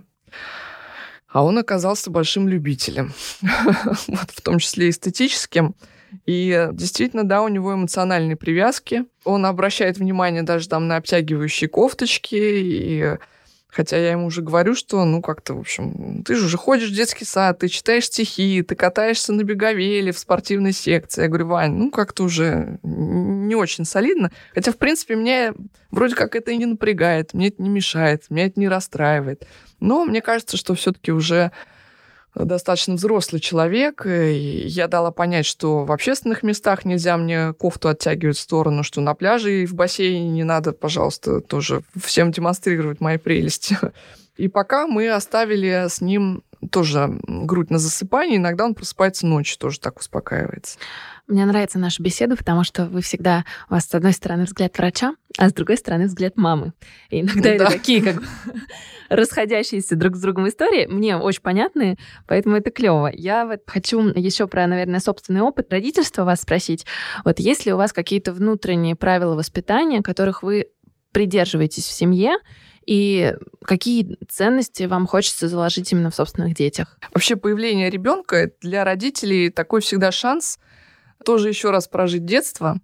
а он оказался большим любителем, вот, в том числе эстетическим. И действительно, да, у него эмоциональные привязки. Он обращает внимание даже там на обтягивающие кофточки. И хотя я ему уже говорю, что, ну, как-то, в общем, ты же уже ходишь в детский сад, ты читаешь стихи, ты катаешься на беговеле в спортивной секции. Я говорю, Вань, ну, как-то уже не очень солидно. Хотя, в принципе, меня вроде как это и не напрягает, мне это не мешает, меня это не расстраивает. Но мне кажется, что все-таки уже достаточно взрослый человек, и я дала понять, что в общественных местах нельзя мне кофту оттягивать в сторону, что на пляже и в бассейне не надо, пожалуйста, тоже всем демонстрировать мои прелести. И пока мы оставили с ним тоже грудь на засыпании, иногда он просыпается ночью, тоже так успокаивается. Мне нравится наша беседа, потому что вы всегда, у вас с одной стороны взгляд врача, а с другой стороны взгляд мамы. И иногда ну, это да. такие как бы расходящиеся друг с другом истории, мне очень понятные, поэтому это клево. Я вот хочу еще про, наверное, собственный опыт родительства вас спросить. Вот есть ли у вас какие-то внутренние правила воспитания, которых вы придерживаетесь в семье, и какие ценности вам хочется заложить именно в собственных детях? Вообще появление ребенка для родителей такой всегда шанс тоже еще раз прожить детство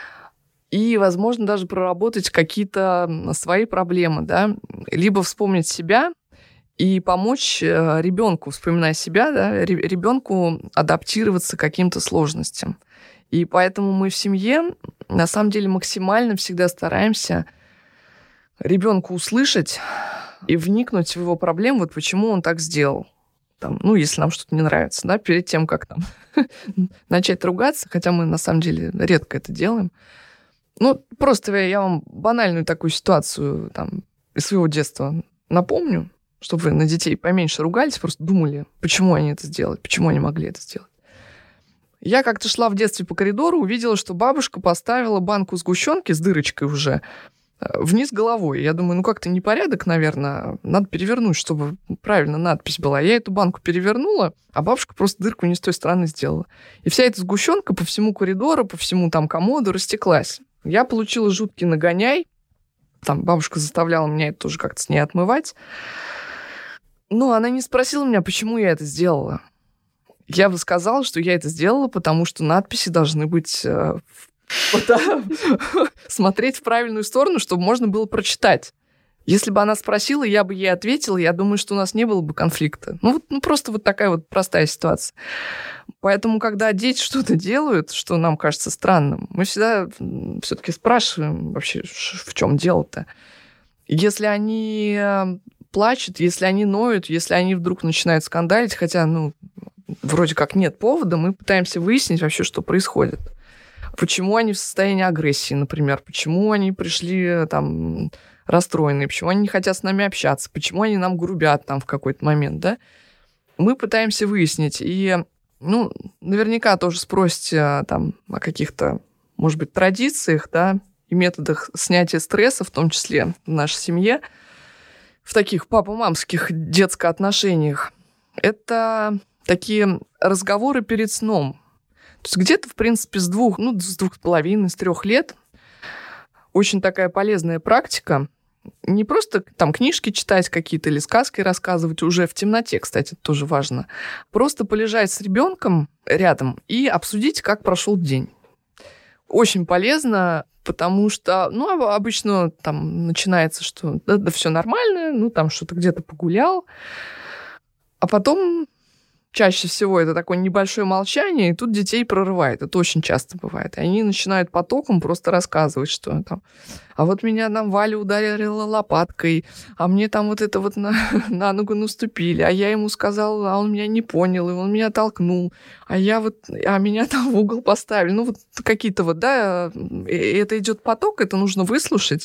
и, возможно, даже проработать какие-то свои проблемы, да, либо вспомнить себя и помочь ребенку, вспоминая себя, да, ребенку адаптироваться к каким-то сложностям. И поэтому мы в семье на самом деле максимально всегда стараемся ребенку услышать и вникнуть в его проблему, вот почему он так сделал. Там, ну, если нам что-то не нравится, да, перед тем, как там начать ругаться, хотя мы на самом деле редко это делаем. Ну, просто я вам банальную такую ситуацию там из своего детства напомню, чтобы вы на детей поменьше ругались, просто думали, почему они это сделали, почему они могли это сделать. Я как-то шла в детстве по коридору, увидела, что бабушка поставила банку сгущенки с дырочкой уже вниз головой. Я думаю, ну как-то непорядок, наверное, надо перевернуть, чтобы правильно надпись была. Я эту банку перевернула, а бабушка просто дырку не с той стороны сделала. И вся эта сгущенка по всему коридору, по всему там комоду растеклась. Я получила жуткий нагоняй. Там бабушка заставляла меня это тоже как-то с ней отмывать. Но она не спросила меня, почему я это сделала. Я бы сказала, что я это сделала, потому что надписи должны быть смотреть в правильную сторону, чтобы можно было прочитать. Если бы она спросила, я бы ей ответила, я думаю, что у нас не было бы конфликта. Ну, вот, ну просто вот такая вот простая ситуация. Поэтому, когда дети что-то делают, что нам кажется странным, мы всегда все-таки спрашиваем вообще, в чем дело-то. Если они плачут, если они ноют, если они вдруг начинают скандалить, хотя, ну, вроде как нет повода, мы пытаемся выяснить вообще, что происходит. Почему они в состоянии агрессии, например, почему они пришли там расстроенные, почему они не хотят с нами общаться, почему они нам грубят там в какой-то момент, да? Мы пытаемся выяснить. И, ну, наверняка тоже спросите там о каких-то, может быть, традициях, да, и методах снятия стресса, в том числе в нашей семье, в таких папа-мамских детско-отношениях. Это такие разговоры перед сном. То есть где-то, в принципе, с двух, ну, с двух с половиной, с трех лет очень такая полезная практика. Не просто там книжки читать какие-то или сказки рассказывать уже в темноте, кстати, это тоже важно. Просто полежать с ребенком рядом и обсудить, как прошел день. Очень полезно Потому что, ну, обычно там начинается, что да, да все нормально, ну, там что-то где-то погулял, а потом чаще всего это такое небольшое молчание, и тут детей прорывает. Это очень часто бывает. И они начинают потоком просто рассказывать, что там, а вот меня там Валя ударила лопаткой, а мне там вот это вот на, на ногу наступили, а я ему сказал, а он меня не понял, и он меня толкнул, а я вот, а меня там в угол поставили. Ну, вот какие-то вот, да, это идет поток, это нужно выслушать,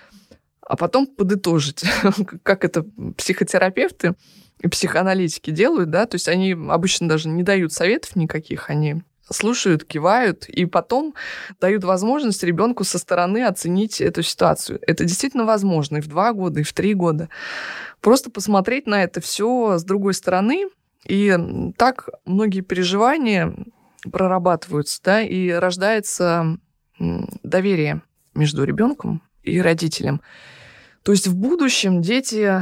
а потом подытожить, как это психотерапевты и психоаналитики делают, да, то есть они обычно даже не дают советов никаких, они слушают, кивают, и потом дают возможность ребенку со стороны оценить эту ситуацию. Это действительно возможно и в два года, и в три года. Просто посмотреть на это все с другой стороны, и так многие переживания прорабатываются, да, и рождается доверие между ребенком и родителем. То есть в будущем дети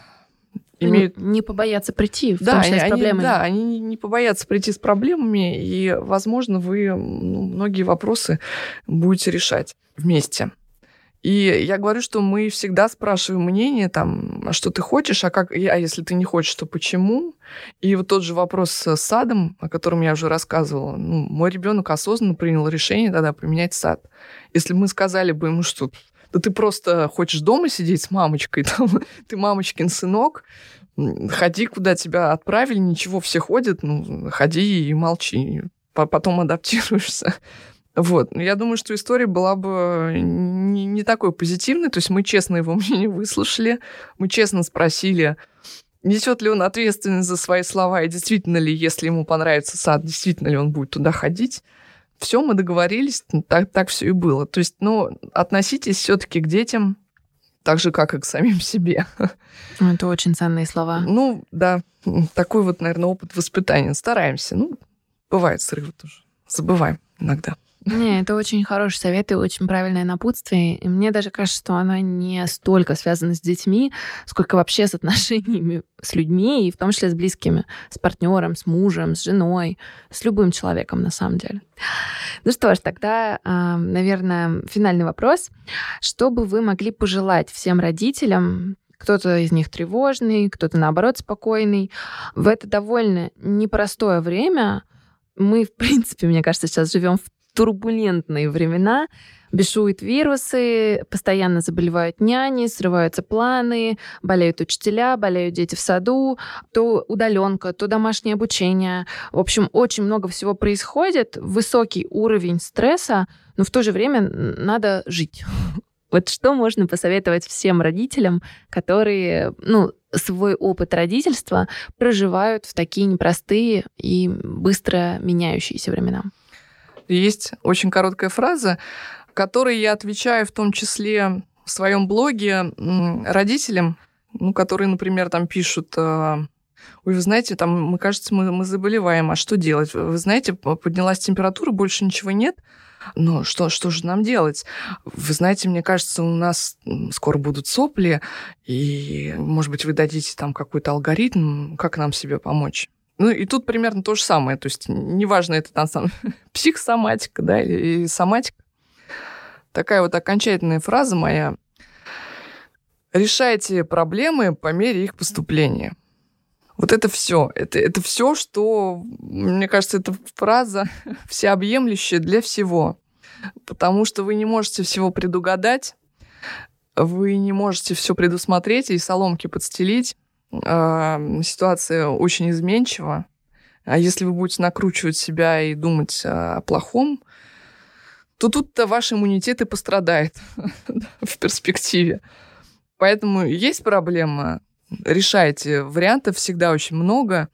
имеют... Не побояться прийти, в да, том числе они, с проблемами. Да, они не побоятся прийти с проблемами, и, возможно, вы ну, многие вопросы будете решать вместе. И я говорю, что мы всегда спрашиваем мнение, там, а что ты хочешь, а, как, а если ты не хочешь, то почему? И вот тот же вопрос с садом, о котором я уже рассказывала. Ну, мой ребенок осознанно принял решение тогда поменять сад. Если бы мы сказали бы ему, что да ты просто хочешь дома сидеть с мамочкой, там, ты мамочкин сынок, ходи, куда тебя отправили, ничего, все ходят, ну, ходи и молчи, потом адаптируешься. Вот. Я думаю, что история была бы не, не такой позитивной, то есть мы честно его мнение выслушали, мы честно спросили, несет ли он ответственность за свои слова, и действительно ли, если ему понравится сад, действительно ли он будет туда ходить. Все, мы договорились, так, так все и было. То есть, ну, относитесь все-таки к детям так же, как и к самим себе. Это очень ценные слова. Ну, да, такой вот, наверное, опыт воспитания. Стараемся. Ну, бывают срывы тоже. Забываем иногда. Не, это очень хороший совет и очень правильное напутствие. И мне даже кажется, что она не столько связана с детьми, сколько вообще с отношениями с людьми, и в том числе с близкими, с партнером, с мужем, с женой, с любым человеком на самом деле. Ну что ж, тогда, наверное, финальный вопрос. Что бы вы могли пожелать всем родителям? Кто-то из них тревожный, кто-то, наоборот, спокойный. В это довольно непростое время мы, в принципе, мне кажется, сейчас живем в турбулентные времена, бушуют вирусы, постоянно заболевают няни, срываются планы, болеют учителя, болеют дети в саду, то удаленка, то домашнее обучение. В общем, очень много всего происходит, высокий уровень стресса, но в то же время надо жить. Вот что можно посоветовать всем родителям, которые, ну, свой опыт родительства проживают в такие непростые и быстро меняющиеся времена? Есть очень короткая фраза, которой я отвечаю в том числе в своем блоге родителям, ну, которые, например, там пишут: ой, вы знаете, там, мы, кажется, мы, мы заболеваем, а что делать? Вы знаете, поднялась температура, больше ничего нет. Но что, что же нам делать? Вы знаете, мне кажется, у нас скоро будут сопли, и, может быть, вы дадите там какой-то алгоритм, как нам себе помочь. Ну, и тут примерно то же самое. То есть неважно, это там сам психосоматика, да, или соматика. Такая вот окончательная фраза моя. Решайте проблемы по мере их поступления. Вот это все. Это, это все, что, мне кажется, эта фраза всеобъемлющая для всего. Потому что вы не можете всего предугадать, вы не можете все предусмотреть и соломки подстелить. Ситуация очень изменчива. А если вы будете накручивать себя и думать о плохом, то тут-то ваш иммунитет и пострадает в перспективе. Поэтому есть проблема, решайте. Вариантов всегда очень много.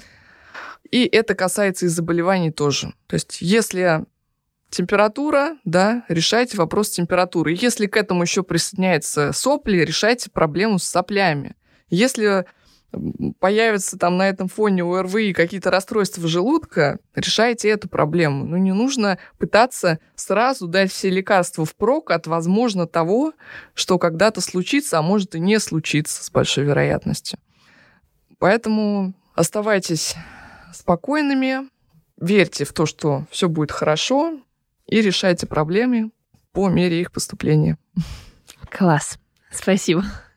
И это касается и заболеваний тоже. То есть если температура, да, решайте вопрос температуры. Если к этому еще присоединяются сопли, решайте проблему с соплями. Если появятся там на этом фоне ОРВИ и какие-то расстройства желудка, решайте эту проблему. Но не нужно пытаться сразу дать все лекарства впрок от, возможно, того, что когда-то случится, а может и не случится с большой вероятностью. Поэтому оставайтесь спокойными, верьте в то, что все будет хорошо, и решайте проблемы по мере их поступления. Класс. Спасибо.